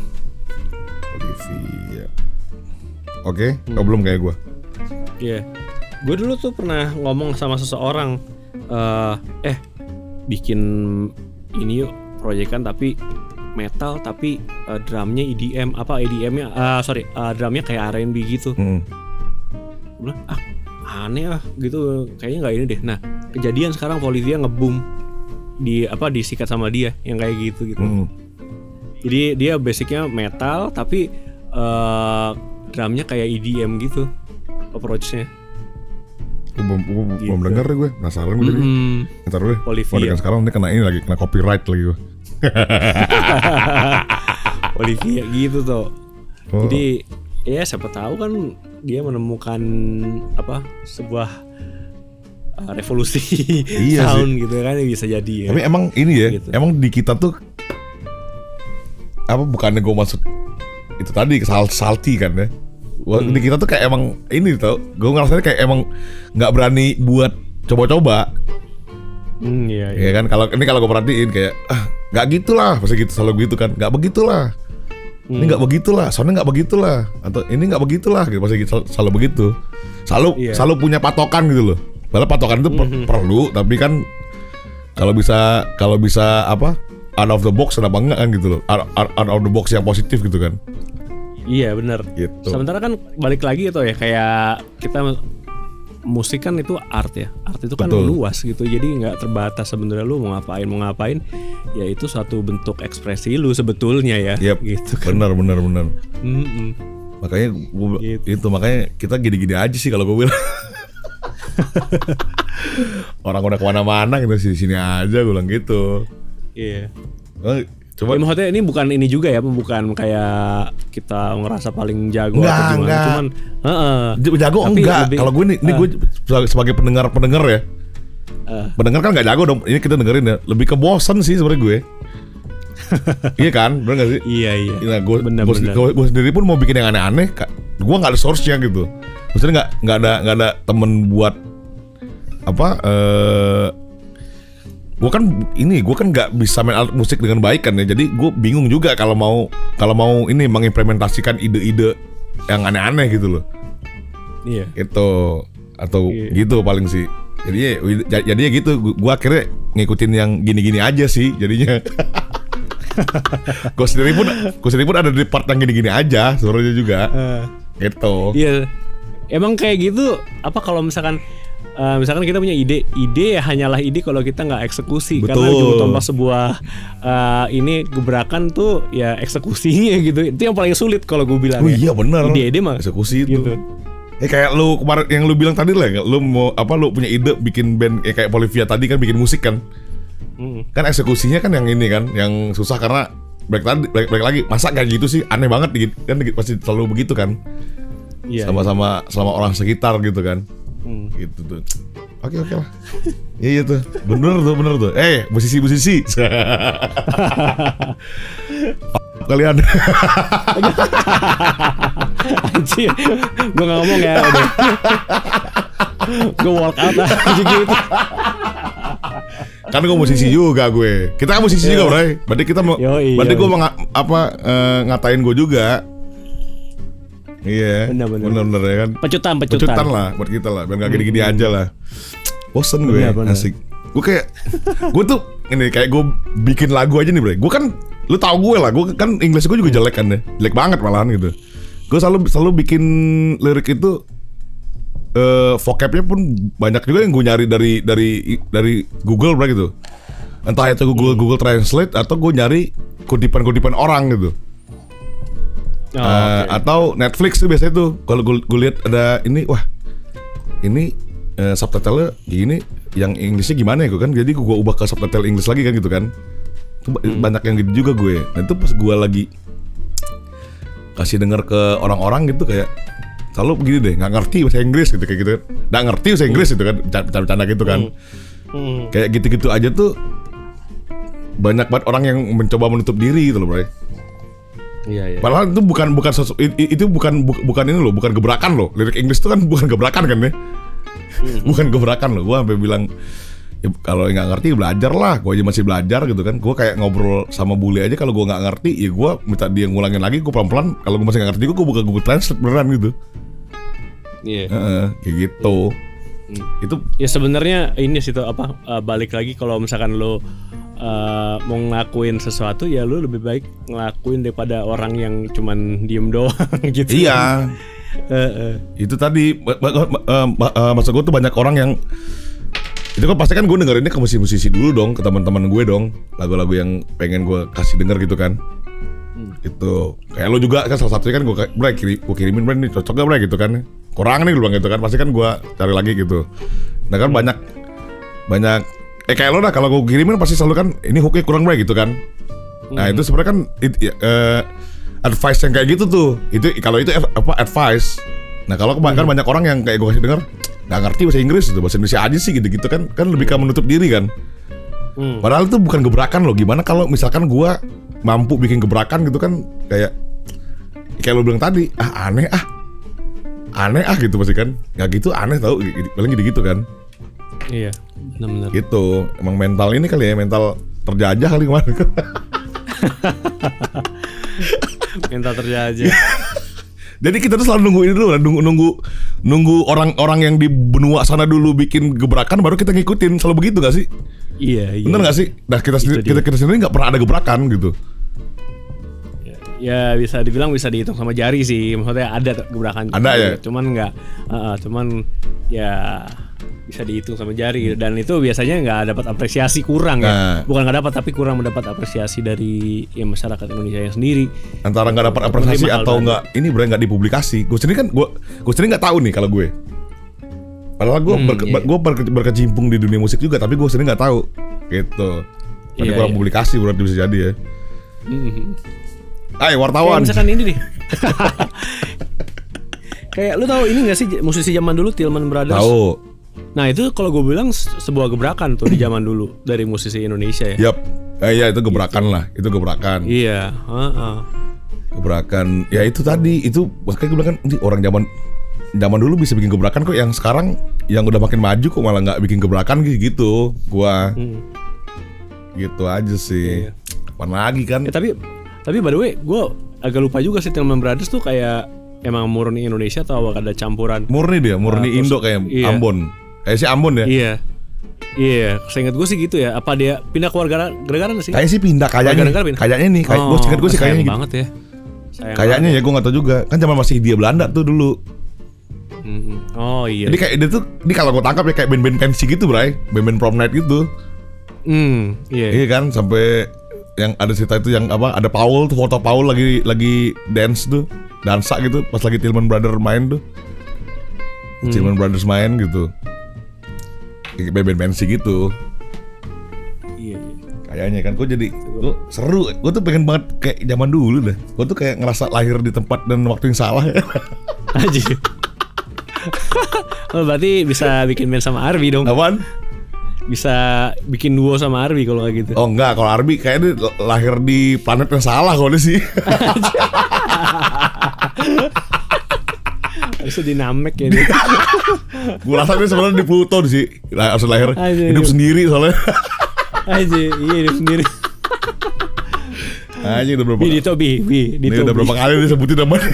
Polivia. Oke, okay. hmm. oh, belum kayak gue. Iya. Yeah. Gue dulu tuh pernah ngomong sama seseorang, uh, eh bikin ini yuk proyekan tapi metal tapi uh, drumnya E D M apa E D M-nya uh, sorry uh, drumnya kayak R and B gitu. Hmm. Gue bilang ah aneh ah gitu, kayaknya nggak ini deh. Nah kejadian sekarang Polivia nge-boom di apa disikat sama dia yang kayak gitu gitu. Hmm. Jadi dia basicnya metal tapi uh, drumnya kayak E D M gitu approach-nya. Gue belum, gue gitu. belum denger deh gue, penasaran gue jadi. Mm-hmm. Ntar deh, kalau sekarang ini kena ini lagi, kena copyright lagi gue. Olivia gitu tuh. Oh. Jadi ya siapa tahu kan dia menemukan apa sebuah uh, revolusi iya sound sih. gitu kan, bisa jadi ya. Tapi emang ini ya, gitu. Emang di kita tuh apa bukannya gue maksud itu tadi sal salty kan ya. Hmm. Di kita tuh kayak emang ini tau, gue ngerasanya kayak emang nggak berani buat coba-coba. Hmm, iya, iya. Ya kan kalau ini kalau gue perhatiin kayak ah nggak gitulah, pasti gitu selalu gitu kan, nggak begitulah. Hmm. Ini nggak begitulah, soalnya nggak begitulah, atau ini nggak begitulah, gitu pasti gitu, selalu begitu. Selalu iya. selalu punya patokan gitu loh. Padahal patokan itu per hmm. perlu, tapi kan kalau bisa kalau bisa apa out of the box kenapa enggak kan gitu loh, out, out of the box yang positif gitu kan. Iya benar. Gitu. Sementara kan balik lagi itu ya kayak kita musik kan itu art ya, art itu kan Betul. luas gitu, jadi nggak terbatas sebenarnya lu mau ngapain mau ngapain, ya itu suatu bentuk ekspresi lu sebetulnya ya. Yep. Gitu kan. Benar benar benar. Mm-mm. Makanya gua, gitu. itu makanya kita gini-gini aja sih kalau gue bilang. Orang udah kemana-mana gitu sini sini aja gue bilang gitu. Iya. Yeah. Coba. Ya, maksudnya ini bukan ini juga ya, bukan kayak kita ngerasa paling jago enggak, atau gimana, enggak. cuman uh-uh. jago Tapi enggak. Lebih, kalau gue nih, ini uh. gue sebagai pendengar-pendengar ya, uh. pendengar kan nggak jago dong. Ini kita dengerin ya, lebih ke bosen sih sebenarnya gue. Iya kan, benar nggak sih? Iya iya. Nah, gue, gue, gue, gue sendiri pun mau bikin yang aneh-aneh, gue nggak ada source-nya gitu. Maksudnya nggak nggak ada nggak ada temen buat apa? Uh, gue kan ini gue kan nggak bisa main alat musik dengan baik kan ya, jadi gue bingung juga kalau mau kalau mau ini mengimplementasikan ide-ide yang aneh-aneh gitu loh. Iya. Itu atau iya. gitu paling sih. Jadi ya, jadi ya gitu. Gue akhirnya ngikutin yang gini-gini aja sih jadinya. Gue sendiri pun gue sendiri pun ada di part yang gini-gini aja sebenarnya juga. Uh, gitu. Iya. Emang kayak gitu apa kalau misalkan Uh, misalkan kita punya ide, ide ya hanyalah ide kalau kita nggak eksekusi. Betul. Karena ujung tombak sebuah uh, ini gebrakan tuh ya eksekusinya gitu. Itu yang paling sulit kalau gue bilang. Oh ya. iya benar. Ide-ide mah eksekusi itu. gitu. Eh kayak lu kemarin yang lu bilang tadi lah, lu mau apa lu punya ide bikin band eh, kayak Polivia tadi kan bikin musik kan. Hmm. Kan eksekusinya kan yang ini kan, yang susah karena balik tadi balik, balik lagi masa kayak gitu sih aneh banget gitu kan, pasti selalu begitu kan. Iya, sama-sama iya. Sama orang sekitar gitu kan. Hmm. Gitu tuh. Oke oke lah. Iya iya tuh. Bener tuh bener tuh. Eh musisi-musisi. Kalian. Anjir. Gue gak ngomong ya udah. Gue walk out lah gitu. Kan gue musisi juga gue. Kita kan musisi juga, Bray. Berarti kita mau Yoi, berarti gue mau apa uh, ngatain gue juga. Iya, bener-bener ya kan. Pecutan, pecutan. Pecutan lah buat kita lah, biar gak gini-gini hmm. aja lah. Bosen gue, bener, bener. Asik. Gue kayak, gue tuh ini kayak gue bikin lagu aja nih, Bre. Gue kan, lu tau gue lah, gue kan English gue juga jelek kan ya, jelek banget malahan gitu. Gue selalu selalu bikin lirik itu, uh, vocabnya pun banyak juga yang gue nyari dari dari dari Google, Bre gitu. Entah itu Google hmm. Google Translate atau gue nyari kutipan-kutipan orang gitu. Oh, uh, okay. Atau Netflix tuh biasanya tuh kalau gue lihat ada ini wah ini uh, subtitlenya gini yang Inggrisnya gimana ya gue kan jadi gue ubah ke subtitle Inggris lagi kan gitu kan itu hmm. banyak yang gitu juga gue. Nah itu pas gue lagi kasih denger ke orang-orang gitu kayak selalu begini deh nggak ngerti bahasa Inggris gitu kayak gitu kan nggak ngerti bahasa Inggris gitu kan bercanda-bercanda gitu kan hmm. Hmm. Kayak gitu-gitu aja tuh banyak banget orang yang mencoba menutup diri gitu loh bro. Iya, iya. Padahal itu bukan bukan sesu, itu bukan bu, bukan ini loh, bukan gebrakan loh. Lirik Inggris itu kan bukan gebrakan kan ya. Hmm. Bukan gebrakan loh. Gua sampai bilang ya, kalau nggak ngerti belajar lah. Gua aja masih belajar gitu kan. Gua kayak ngobrol sama bule aja kalau gua nggak ngerti ya gua minta dia ngulangin lagi. Gua pelan-pelan. Kalau gua masih nggak ngerti gua buka Google Translate beneran gitu. Iya. Yeah. Uh, kayak gitu. Hmm. Itu ya sebenarnya ini sih tuh apa uh, balik lagi kalau misalkan lo Uh, mau ngelakuin sesuatu ya lu lebih baik ngelakuin daripada orang yang cuman diem doang gitu. Iya. uh, uh. Itu tadi uh, uh, uh, uh, maksud gue tuh banyak orang yang itu kan pasti kan gue dengerinnya ke musisi-musisi dulu dong, ke teman-teman gue dong, lagu-lagu yang pengen gue kasih denger gitu kan. Hmm. Itu kayak lo juga kan salah satunya kan gue bre kirim, gue kirimin bre nih cocok gak bre gitu kan. Kurang nih lu bilang gitu kan, pasti kan gue cari lagi gitu. Nah kan hmm. banyak banyak Eh kayak lo dah kalau gue kirimin pasti selalu kan ini hooknya kurang baik gitu kan. Nah hmm. itu sebenarnya kan it, uh, advice yang kayak gitu tuh. Itu kalau itu apa advice. Nah kalau hmm. kan banyak orang yang kayak gue kasih denger nggak ngerti bahasa Inggris itu bahasa Indonesia aja sih gitu-gitu kan kan lebih ke menutup diri kan. Hmm. Padahal itu bukan gebrakan loh. Gimana kalau misalkan gue mampu bikin gebrakan gitu kan kayak kayak lo bilang tadi ah aneh ah aneh ah gitu pasti kan nggak gitu aneh tau paling gitu-gitu kan. Iya, benar-benar. Gitu, emang mental ini kali ya, mental terjajah kali kemarin. Mental terjajah. Jadi kita tuh selalu nunggu ini dulu, nunggu nunggu nunggu orang-orang yang di benua sana dulu bikin gebrakan, baru kita ngikutin. Selalu begitu gak sih? Iya, iya. Bener gak sih? Nah kita sendiri, kita, kita sendiri nggak pernah ada gebrakan gitu. Ya bisa dibilang bisa dihitung sama jari sih, maksudnya ada gebrakan. Ada ya. Cuman nggak, uh, cuman ya bisa dihitung sama jari dan itu biasanya nggak dapat apresiasi kurang ya. Nah. Bukan nggak dapat tapi kurang mendapat apresiasi dari ya masyarakat Indonesia yang sendiri. Antara nggak dapat apresiasi atau nggak ini benar nggak dipublikasi. Gue sendiri kan gue gue sendiri nggak tahu nih kalau gue. Padahal gue hmm, berke, iya. gue berke, berkecimpung di dunia musik juga tapi gue sendiri nggak tahu gitu. Tapi iya, kurang iya. publikasi berarti bisa jadi ya. Mm-hmm. Hai wartawan. Kayak misalkan ini nih. Kayak lu tahu ini nggak sih musisi zaman dulu Tillman Brothers? Tahu. Nah itu kalau gue bilang sebuah gebrakan tuh di zaman dulu dari musisi Indonesia ya. Yap, eh, ya itu gebrakan gitu. lah, itu gebrakan. Iya. Uh-uh. Gebrakan, ya itu tadi itu makanya gue bilang kan orang zaman zaman dulu bisa bikin gebrakan kok, yang sekarang yang udah makin maju kok malah nggak bikin gebrakan gitu. Gua, hmm. gitu aja sih. Iya. Kapan lagi kan? Ya, tapi tapi by the way, gue agak lupa juga sih Tillman Brothers tuh kayak emang murni Indonesia atau ada campuran? Murni dia, murni uh, Indo kayak iya. Ambon. Kayak sih Ambon ya? Iya. Iya, seingat gue sih gitu ya. Apa dia pindah keluar gara-gara sih? Kayak sih pindah kayaknya. Pindah. Kayaknya nih, kayak oh, gue seingat gue sih kayaknya gitu. Banget ya. Sayang kayaknya banget. Ya gue nggak tahu juga. Kan zaman masih Hindia Belanda tuh dulu. Mm-hmm. Oh iya. Jadi kayak dia tuh, ini kalau gue tangkap ya kayak band-band pensi gitu, Bray, band-band prom night gitu. Hmm, iya. Iya kan, sampai yang ada cerita itu yang apa? Ada Paul tuh, foto Paul lagi lagi dance tuh, dansa gitu, pas lagi Tillman Brothers main tuh. Hmm. Tillman Brothers main gitu. Kayak band-band pensi gitu. Iya, iya. Kayaknya kan, gue jadi gue seru. Gue tuh pengen banget kayak zaman dulu dah. Gue tuh kayak ngerasa lahir di tempat dan waktu yang salah. Aji. Oh, berarti bisa bikin band sama Arbi dong. Apaan? Bisa bikin duo sama Arbi kalau kayak gitu. Oh enggak, kalau Arbi kayaknya lahir di planet yang salah kalau dia sih. Harusnya di Namek ya dia. Gue rasa dia sebenarnya di Pluto sih. Harus lahir Aji, hidup iya. sendiri soalnya. Aji, iya hidup sendiri. Aji udah berapa? Bi Dito Bi, Bi Dito. Ini udah berapa kali disebutin namanya.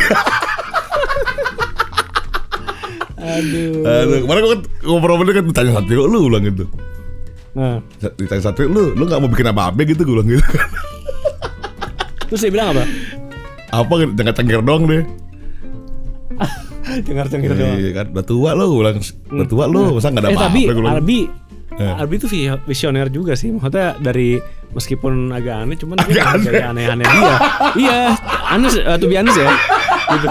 Aduh. Aduh, kemarin gue kan ngobrol-ngobrol kan ditanya Satrio, lu ulang gitu. Nah, Ditanya Satrio, lu lu nggak mau bikin apa-apa gitu, gue ulang gitu kan. terus dia bilang apa? Apa gitu, jangan cengker dong deh. Dengar-dengar doang. Iya kan, udah tua lu, gue ulang, udah tua lu, masa nggak ada Eh apa-apa? tapi Gua bilang. Arbi, Eh. Arbi tuh vi- visioner juga sih. Maksudnya dari meskipun agak aneh, cuman dia Agak aneh. kayak aneh-aneh dia. Iya, aneh, uh, to be honest ya. Gitu.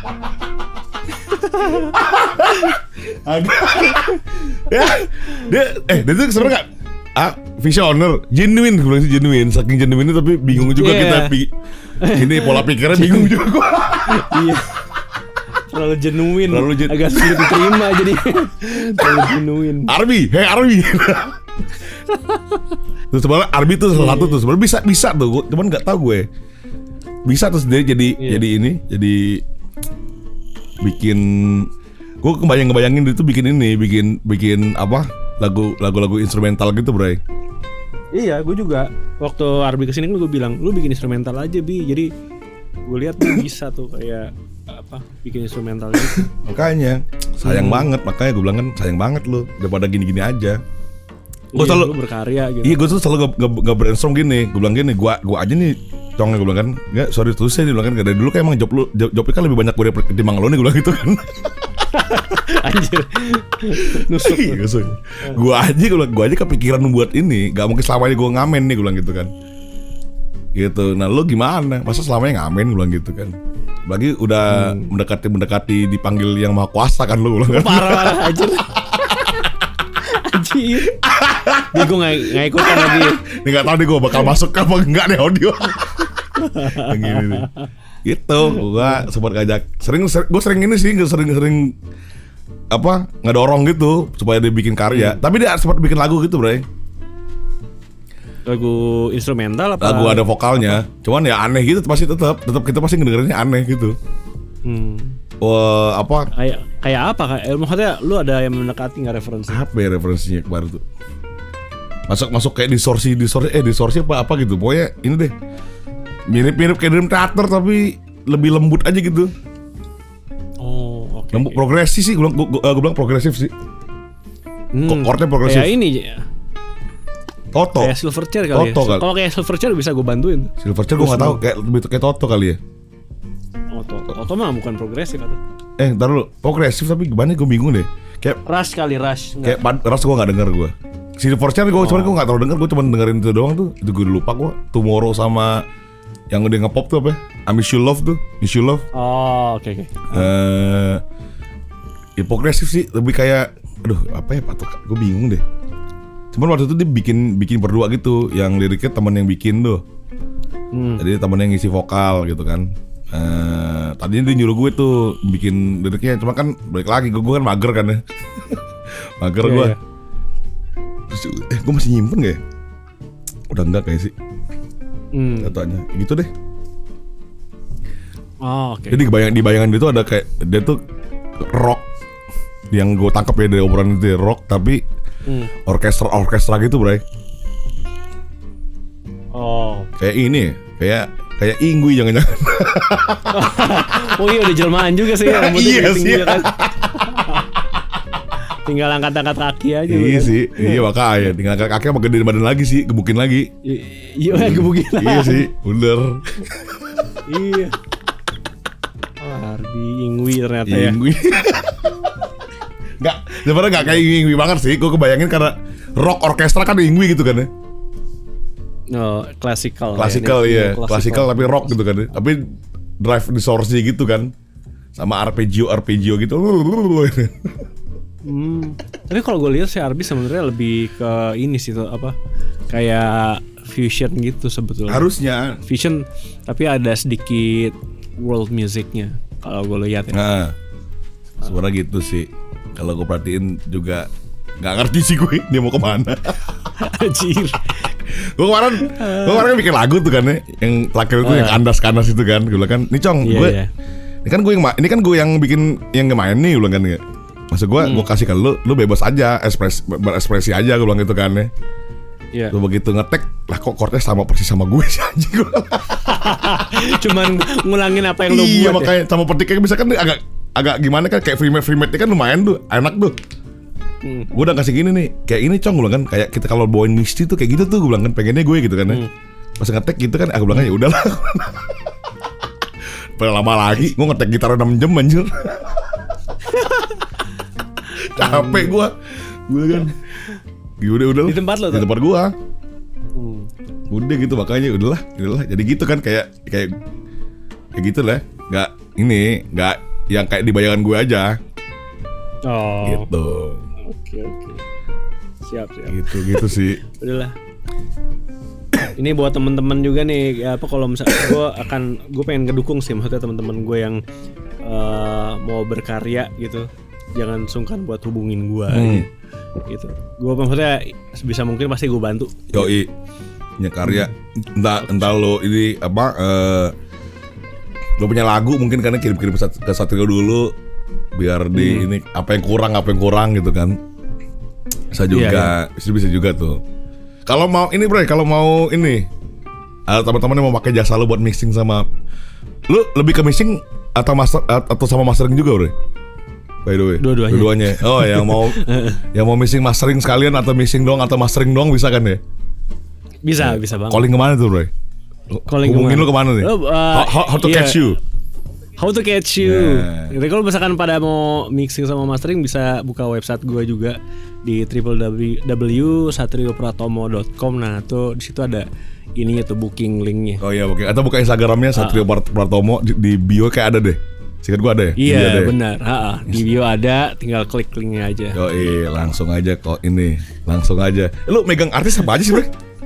Agak. Ya, dia eh dia tuh sebenarnya nggak ah visioner, genuine, gue bilang sih genuine, saking genuine tapi bingung juga Yeah. kita pi- ini pola pikirnya bingung juga gua. Iya. Terlalu genuine, Terlalu gen- agak sulit diterima jadi. Terlalu genuine. Arbi, hey Arbi. Terus sebenarnya Arbi tuh salah satu tuh sebenarnya bisa bisa tuh, gua, cuman nggak tahu gue. Bisa terus dia jadi Iya. jadi ini, jadi bikin gue kebayang ngebayangin dia tuh bikin ini, bikin bikin apa? lagu lagu-lagu instrumental gitu, Bray. Iya, gue juga waktu Arbi kesini gue bilang, lu bikin instrumental aja Bi. Jadi gue lihat tuh bisa tuh kayak apa bikin instrumental gitu. Makanya sayang Hmm. banget, makanya gue bilang kan sayang banget lu daripada gini-gini aja. Gue Iya, selalu lu berkarya gitu. Iya, gue tuh selalu nge- nge- nge-brainstorm gini. Gue bilang gini, gue gue aja nih cong, gue bilang kan, nggak sorry terus saya bilang kan dari dulu kan emang job lu job, jobnya kan lebih banyak gue ketimbang lo nih, gue bilang gitu kan. Anjir. Nusuk. Iya, so, gue aja gue bilang, gue aja kepikiran buat ini, gak mungkin selamanya gue ngamen nih, gue bilang gitu kan. Gitu. Nah lo gimana? Masa selamanya ngamen, gue bilang gitu kan. Lagi udah Hmm. mendekati mendekati dipanggil yang maha kuasa kan lo, gue bilang kan. Parah-parah anjir. Anjir. Dia gue gak, gak ikutan lagi. Ini gak tau nih gue bakal masuk apa enggak nih audio. Yang gini nih. Gitu, gue sempat ngajak. Sering, sering gue sering ini sih, sering-sering apa ngedorong gitu supaya dia bikin karya. Hmm. Tapi dia sempat bikin lagu gitu, Bray. Lagu instrumental apa? Lagu ada vokalnya. Cuman ya aneh gitu, pasti tetap, tetap kita pasti ngedengerinnya aneh gitu. Hmm. Wah, apa? Kayak kayak apa? Kayak eh, maksudnya lu ada yang mendekati nggak referensi? Apa ya referensinya kemarin tuh? Masuk masuk kayak distorsi, distorsi, eh distorsi apa apa gitu. Pokoknya ini deh. Mirip-mirip kayak Dream Theater tapi lebih lembut aja gitu. Oh, oke. Lembut oke. progresif sih, gue bilang, gue, gue bilang progresif sih. Hmm. Chordnya progresif. Kayak ini Toto. kayak Silverchair kali Toto ya. kali. Kalau kayak Silverchair bisa gue bantuin. Silverchair gue nggak tahu, kayak lebih kayak Toto kali ya. Oh, Toto. Toto mah bukan progresif atau? Eh, ntar dulu, progresif tapi gimana? Gue bingung deh. Kayak Rush kali Rush. kayak pad- ras gue nggak denger gue. Silverchair gue, cuman gue nggak terlalu denger. Gue cuma dengerin itu doang tuh. Itu gue lupa gue. Tomorrow sama yang udah nge-pop tuh apa? I Miss You Love tuh, Miss You Love. Oh, oke oke. Eh, ya progresif sih, lebih kayak, aduh apa ya patok? Gue bingung deh. Cuman waktu itu dia bikin bikin berdua gitu, yang liriknya temen yang bikin tuh. Hmm. Jadi temen yang ngisi vokal gitu kan. Eh, tadinya dia nyuruh gue tuh bikin liriknya, cuma kan balik lagi gue, gue kan mager kan ya. Mager Iya, gue. iya. Terus, eh gue masih nyimpen gak ya? Udah enggak kayak sih. Hmm. Katanya gitu deh. Oh, oke. Jadi kebayang, di bayangan dia tuh ada kayak dia tuh rock yang gue tangkap ya dari obrolan itu ya, rock tapi Hmm. orkestra orkestra gitu, Bray. Oh. Kayak ini, kayak kayak Ingui jangan-jangan. Oh iya udah jelmaan juga sih. Rambutnya Iya tinggi sih. ya kan. Tinggal angkat-angkat kaki aja. Iya kan? sih, iya makanya tinggal angkat kaki sama gedein badan lagi sih, gebukin lagi. I- Iya gebukin lah. Iya sih, bener. Iya. Oh, Arbi Ingwi ternyata ya. Ingui. Nggak, sebenarnya nggak kayak Ingwi banget sih. Gue kebayangin karena rock orkestra kan Ingwi gitu kan ya. Oh, klasikal. Klasikal ya, iya, klasikal tapi rock gitu kan. Tapi drive distorsi gitu kan. Sama arpeggio arpeggio gitu. Hmm. Tapi kalau gue lihat si Arby sebenarnya lebih ke ini sih tuh apa? Kayak fusion gitu sebetulnya. Harusnya fusion tapi ada sedikit world musicnya kalau gue lihat ya. Nah, sebenarnya gitu sih. Kalau gue perhatiin juga nggak ngerti sih gue dia mau kemana. Anjir. Gue kemarin, gue kemarin kan bikin lagu tuh kan ya, yang terakhir itu uh. yang kandas-kandas itu kan, gue bilang kan, nih Cong, yeah, gue, yeah. ini kan gue yang, ini kan gue yang bikin yang main nih, gue bilang kan ya. Maksud gue, hmm. gue kasih ke lu, lu bebas aja, ekspres, berekspresi aja, gue bilang gitu kan ya. Yeah. Lu begitu ngetek, lah kok chordnya sama persis sama gue sih anjing. Cuman ngulangin apa yang lu buat. Iya makanya, ya? Sama petiknya bisa kan agak agak gimana kan, kayak free mate free mate kan lumayan tuh, enak tuh. Hmm. Gue udah kasih gini nih, kayak ini Cong, gue bilang kan, kayak kita kalau bawain Misty tuh kayak gitu tuh, gue bilang kan, pengennya gue gitu kan ya. Hmm. Pas ngetek gitu kan, aku bilang ya udahlah. Pada lama lagi, gue ngetek gitar enam jam anjir. Capek gue, gue kan. Udah udah di tempat lo di tempat gue. Hmm. Udah gitu makanya udahlah, udahlah. Jadi gitu kan kayak kayak kayak gitu lah, nggak ini nggak yang kayak di bayangan gue aja. Oh. Gitu. Oke oke. Siap siap. Gitu gitu sih. Udahlah. Ini buat teman-teman juga nih, ya apa kalau misalnya gue akan gue pengen ngedukung sih maksudnya teman-teman gue yang uh, mau berkarya gitu, jangan sungkan buat hubungin gue hmm. gitu. Gue maksudnya sebisa mungkin pasti gue bantu. Yoi, punya karya, hmm. entah entah lo ini apa, uh, lo punya lagu mungkin karena kirim-kirim ke Satrio dulu, biar di hmm. ini apa yang kurang apa yang kurang gitu kan. Bisa juga, iya, iya. bisa juga tuh. Kalau mau ini bro, kalau mau ini uh, teman-teman yang mau pakai jasa lo buat mixing sama, lo lebih ke mixing atau master atau sama mastering juga bro? By the way, dua-duanya. Dua-duanya. Oh, yang mau yang mau mixing mastering sekalian atau mixing doang atau mastering doang bisa kan ya? Bisa, ya. Bisa banget. Calling kemana tuh bro? Calling hubungin kemana? Lo kemana nih? Oh, uh, how, how to iya. catch you? How to catch you. Yeah. Jadi kalau misalkan pada mau mixing sama mastering bisa buka website gue juga di w w w dot satrio pratomo dot com. Nah, tuh di situ ada ininya tuh booking linknya. Oh iya, oke. Okay. Atau buka Instagramnya Satrio uh. Pratomo di, di bio kayak ada deh. Singkat gue ada ya? Iya ada benar. Ya? Ha-ha. Di bio ada, tinggal klik linknya aja. Oh iya, langsung aja kok ini, langsung aja. Lu megang artis apa aja sih bro?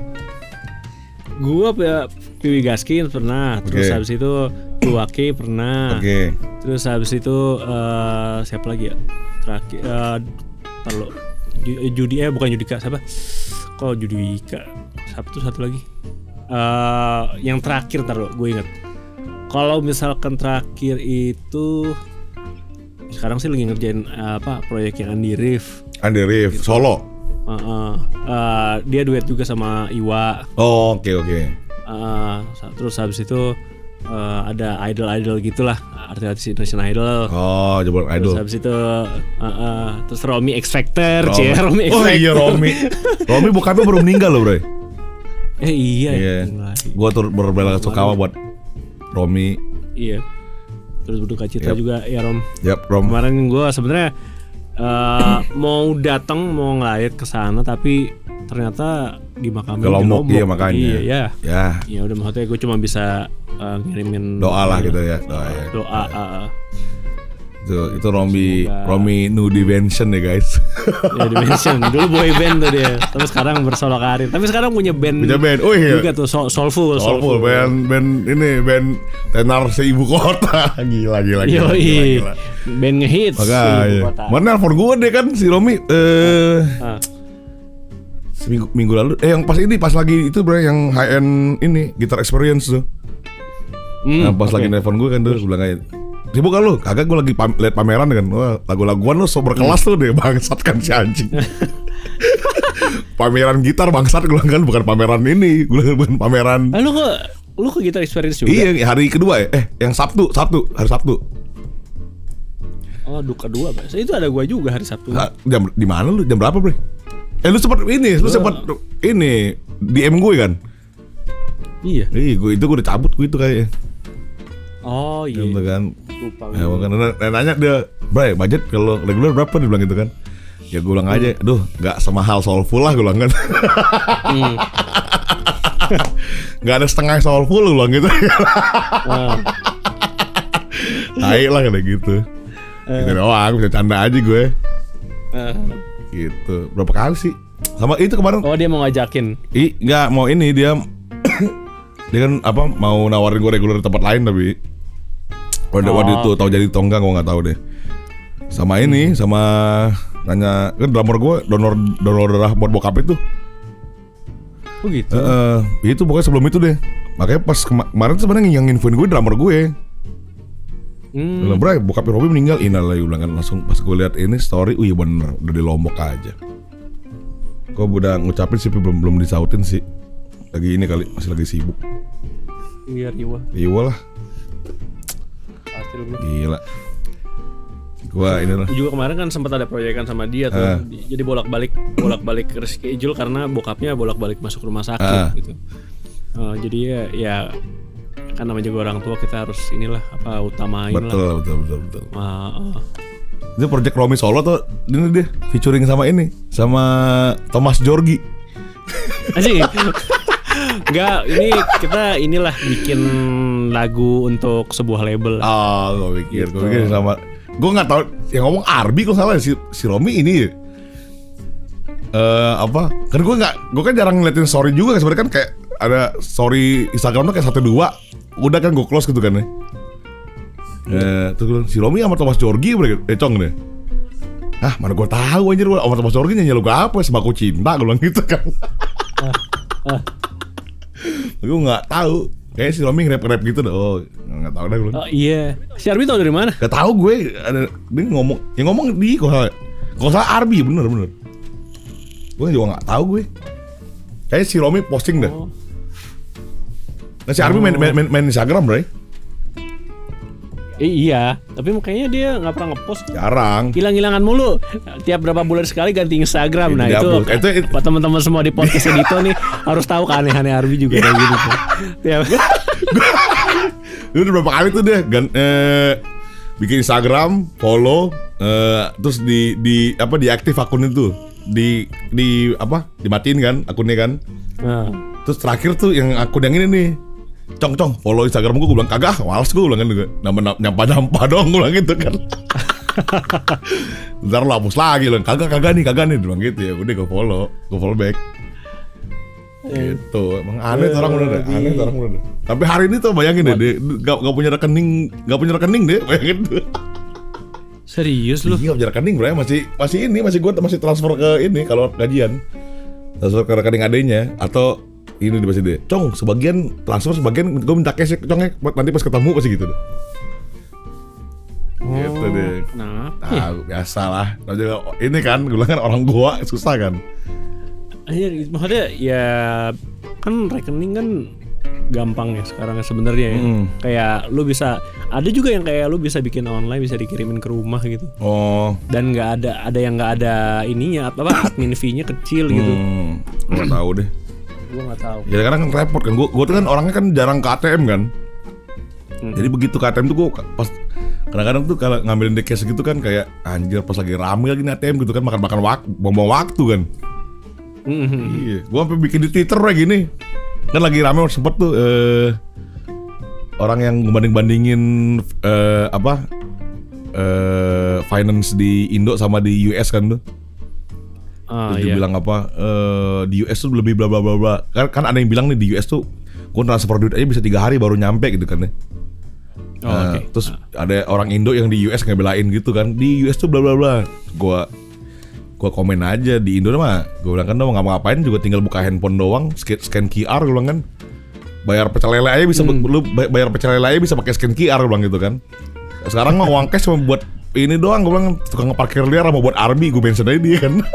Gue ya Piwi Gaskin pernah, terus okay. habis itu Tuwake pernah, okay. terus habis itu uh, siapa lagi ya? Terakhir, uh, terlalu Judi eh bukan Judika siapa? Kok Judika? Satu satu lagi. Uh, yang terakhir taruh, gue inget. Kalau misalkan terakhir itu sekarang sih lagi ngerjain uh, apa proyek yang Andi Rif. Andi Rif gitu. Solo. Uh, uh, uh, dia duet juga sama Iwa. Oh oke okay, oke. Okay. Uh, terus habis itu uh, ada idol-idol gitulah, artis-artis Indonesian Idol. Oh, jebol idol. Terus habis itu uh, uh, terus Romi X Factor, Romi. Cie, Romi X Oh Factor. iya Romi. Romi bokapnya baru meninggal loh, Bro. Eh iya. Iya. Gua turut berbela sungkawa buat Romi. Iya. Terus berduka cita yep. juga ya Rom. Yap, Rom. Kemarin gua sebenarnya uh, mau datang mau ngelayat ke sana tapi ternyata di makamnya di Lombok, iya makanya. Iya, ya. Ya. Ya udah maksudnya gue cuma bisa uh, ngirimin doa lah gitu ya, doa ya. Doa. Uh, itu itu Romi Romi New Dimension ya guys. Ya Dimension. Dulu boy band tuh dia. Terus sekarang bersolo karir. Tapi sekarang punya band. Punya band. Oh iya. Juga tuh Soul, Soulful, Soulful. Soulful band band ini band tenar seibu kota. Gila gila gila. Yoi. Gila, gila. Band ngehits seibu kota. Mana nelfon gue deh kan si Romi eh uh, Seminggu minggu lalu, eh yang pas ini pas lagi itu bro yang high end ini Guitar Experience tuh, mm, nah, pas okay. lagi nelfon gue kan tuh, gue bilang kayak, sibuk kan lu? Kagak, gue lagi pam- liat pameran kan, wah lagu-laguan lu so berkelas mm. tuh deh, bangsat kan si anjing. Pameran gitar bangsat gue bilang kan, bukan pameran ini, gue bilang bukan pameran. Ah, lu kok, lu ke Guitar Experience juga? Iya hari kedua ya, eh yang Sabtu, Sabtu, hari Sabtu. Oh duka dua, Pak. Itu ada gue juga hari Sabtu. Nah, jam di mana lu? Jam berapa bro? Eh lu sempat ini, lu sempat ini D M gue kan? Iya. Iya, gue itu gue udah cabut gue itu kayaknya. Oh iya. Gitu kan. lupa. Ya, kan nanya dia, "Bray, budget kalau reguler berapa?" Dia bilang gitu kan. Ya gue bilang aja, "Aduh, enggak semahal Soulful lah," gue bilang kan. Hmm. Enggak ada setengah Soulful gue bilang gitu. Nah. Tai lah kayak gitu. Gitu doang, bisa canda aja gue. Uh. Gitu. Berapa kali sih? Sama itu kemarin. Oh, dia mau ngajakin. Ih, enggak mau ini dia. Dia kan apa mau nawarin gue reguler di tempat lain tapi pada oh, waktu itu okay. Tahu jadi tonggang gue nggak tahu deh. Sama ini hmm. sama nanya kan drummer gue donor donor darah buat bokap itu. Oh gitu. Uh, itu pokoknya sebelum itu deh. Makanya pas kema- kemarin sebenarnya yang infoin gue drummer gue. Hmm. Bilang, "Bray, bokapnya Robi meninggal." Innalillahi bilang kan langsung pas gue lihat ini story, "Wih bener, udah di Lombok aja." Kok udah ngucapin sih belum belum disautin sih. Lagi ini kali masih lagi sibuk. Iya, riwa. Riwa lah. Pasti lu. Gila. Gua ini lah. Juga kemarin kan sempat ada proyekan sama dia tuh. Uh. Jadi bolak-balik bolak-balik reschedule karena bokapnya bolak-balik masuk rumah sakit uh. gitu. Uh, jadi ya ya kan namanya juga orang tua, kita harus inilah apa utamain betul, lah. Betul betul betul. Uh, uh. Itu project Romi Solo tuh ini deh featuring sama ini sama Thomas Jorgi. Asik. Enggak, ini kita inilah bikin lagu untuk sebuah label. Oh, gue pikir, gitu. gue pikir sama, gue nggak tahu yang ngomong Arbi kalau salah si si Romi ini. Uh, apa? Kan gue nggak, gue kan jarang ngeliatin story juga kan sebenarnya kan kayak ada story Instagram tuh kayak satu dua, udah kan gue close gitu kan ya. Eh, terus gue si Romi sama Thomas Jorgi berarti eh cong deh. Ah, mana gue tahu anjir gue sama Thomas Jorgi nyanyi lagu apa? Semaku Cinta, gue bilang gitu kan. Ah, ah. Gue nggak tahu, kayak si Romi nge-rap-rap gitu dah. Oh, nggak tahu dah gue. Oh iya, si Arbi tahu dari mana? Gak tahu gue, ada dia ngomong, yang ngomong di kok salah, kok salah Arbi bener bener. Gue juga nggak tahu gue. Kayak si Romi posting dah. Oh. Nah si Arbi oh. main, main, main Instagram, bro. Eh, iya, tapi kayaknya dia nggak pernah ngepost. Jarang. Hilang-hilangan mulu. Tiap berapa bulan sekali ganti Instagram. Nah itu, itu, itu teman-teman semua di podcast Edito nih harus tahu keanehan Arbi juga kayak gitu. Tiap. Itu udah berapa kali tuh deh, gan, eh, bikin Instagram, follow, eh, terus di di apa diaktif akun itu, di di apa dimatiin kan akunnya kan. Nah. Terus terakhir tuh yang akun yang ini nih. Cong cong follow Instagram gue, gue bilang kagak, males gue bilang kan juga nambah nyampah nyampah dong gue bilang gitu kan. Ntar lo hapus lagi bilang kagak kagak nih kagak nih bilang gitu ya udah gue follow gue follow back. Gitu emang aneh tuh orang bener deh, aneh tuh orang bener deh. Tapi hari ini tuh bayangin deh, dia gak, gak punya rekening, gak punya rekening deh bayangin tuh. Serius lu? Iya gak punya rekening bro, masih masih ini masih gue masih transfer ke ini kalau gajian, transfer ke rekening adenya atau ini di pasti deh, Cong sebagian transfer sebagian gue minta cash Congnya nanti pas ketemu pasti gitu deh. Oh, gitu deh. Kenapa? Tahu biasa lah. Ini kan gue bilang kan orang gua susah kan. Akhirnya maksudnya ya kan rekening kan gampang ya sekarang sebenarnya ya. Hmm. Kayak lu bisa ada juga yang kayak lu bisa bikin online bisa dikirimin ke rumah gitu. Oh. Dan nggak ada ada yang nggak ada ininya apa admin fee-nya kecil gitu. Hmm. Nggak tahu deh. Gue nggak tahu. Ya kadang kan repot kan. Gue gue tuh kan orangnya kan jarang ke A T M kan. Hmm. Jadi begitu ke A T M tuh gue pas kadang-kadang tuh kalau ngambilin cash gitu kan kayak anjir pas lagi rame lagi nih A T M gitu kan makan-makan waktu, buang-buang waktu kan. Mm-hmm. Iya. Gue sampai bikin di Twitter kayak gini. Kan lagi rame sempet tuh eh, orang yang banding-bandingin eh, apa eh, finance di Indo sama di U S kan tuh. Ah, terus dia iya. bilang apa uh, di U S tuh lebih bla bla bla bla. Kan, kan ada yang bilang nih di U S tuh gue transfer duit aja bisa tiga hari baru nyampe gitu kan ya. Oh, nah, okay. Terus ah. ada orang Indo yang di U S ngebelain gitu kan. Di U S tuh bla bla bla. Gua gua komen aja di Indo mah. Gue bilang kan mau ngapa-ngapain juga tinggal buka handphone doang, scan Q R gue bilang kan. Bayar pecel lele aja bisa hmm. lu bayar pecel lele aja bisa pakai scan Q R gue bilang gitu kan. Sekarang mah uang cash cuma buat ini doang, gue bilang tukang parkir liar sama buat Arby gue mention aja dia kan.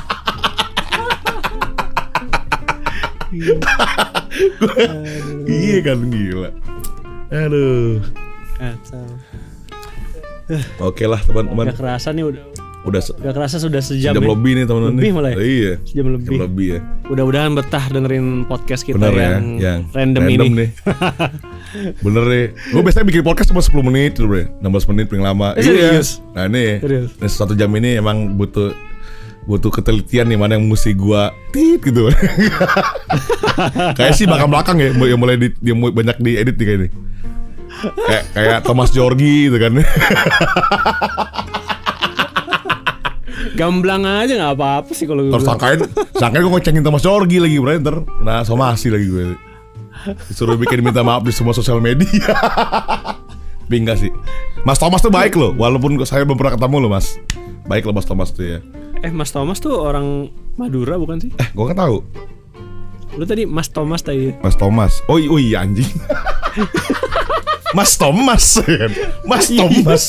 Iya kan gila. Aduh. Kacau. Oke lah teman-teman. Udah kerasa nih udah. Udah se- Gak kerasa sudah sejam, sejam ya? lebih nih teman-teman. Lebih malah ya? Iya. Sejam lebih. Sejam lebih ya. Mudah-mudahan betah dengerin podcast kita Bener yang, ya, yang random, random ini. nih. Bener deh. Gue biasanya bikin podcast cuma sepuluh menit gitu, Bre. enam belas menit paling lama. Eh, serius? Nah, ini. Serius? Ini satu jam ini emang butuh butuh ketelitian nih mana yang mesti gua tit gitu. Kayak sih belakang-belakang ya yang mulai di, yang banyak diedit nih kayak ini. Kayak kayak Thomas Jorgi gitu kan. Gamblang aja nggak apa-apa sih kalau gue. Terus sangkain, sangkain gue ngecengin Thomas Jorgi lagi, bro. Ntar nah somasi lagi gue. Disuruh bikin minta maaf di semua sosial media. Tapi enggak sih. Mas Thomas tuh baik loh, walaupun saya belum pernah ketemu loh, Mas. Baik loh Mas Thomas tuh ya. Eh Mas Thomas tuh orang Madura bukan sih? Eh, gue kan tahu. Lu tadi Mas Thomas tadi. Mas Thomas. Oh, oh iya anjing. Mas Thomas. Mas Thomas.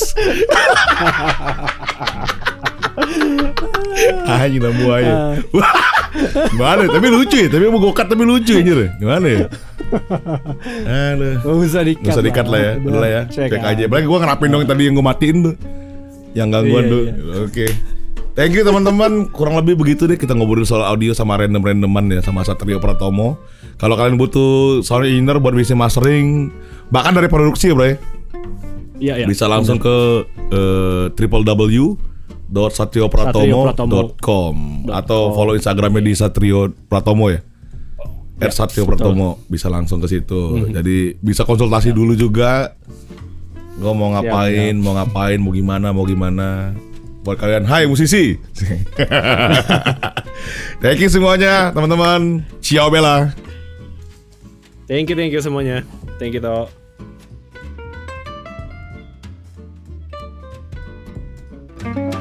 Anjing namu aja. Gimana? Tapi lucu ya. Tapi mau gue cut tapi lucu aja. Gimana ya? Aduh. Gak usah dikat. Gak usah dikat lah ya. Udah lah ya. Cek aja. Berarti gue ngerapin dong tadi yang gue matiin tuh. Yang gangguan iya, tuh. iya. Oke. Thank you teman-teman. Kurang lebih begitu deh kita ngobrolin soal audio sama random-randoman ya sama Satrio Pratomo. Kalau kalian butuh sound engineer buat bisa mastering, bahkan dari produksi ya bro ya, iya, iya. bisa langsung ke uh, w w w dot satrio pratomo dot com atau follow Instagramnya di Satrio Pratomo ya, ya at Satrio Pratomo, bisa langsung ke situ. Mm-hmm. Jadi bisa konsultasi dulu juga. Gue mau ngapain, ya, mau ngapain, mau gimana, mau gimana. Buat kalian, hai musisi. Thank you semuanya teman-teman. Ciao Bella. Thank you, thank you semuanya. Thank you toh.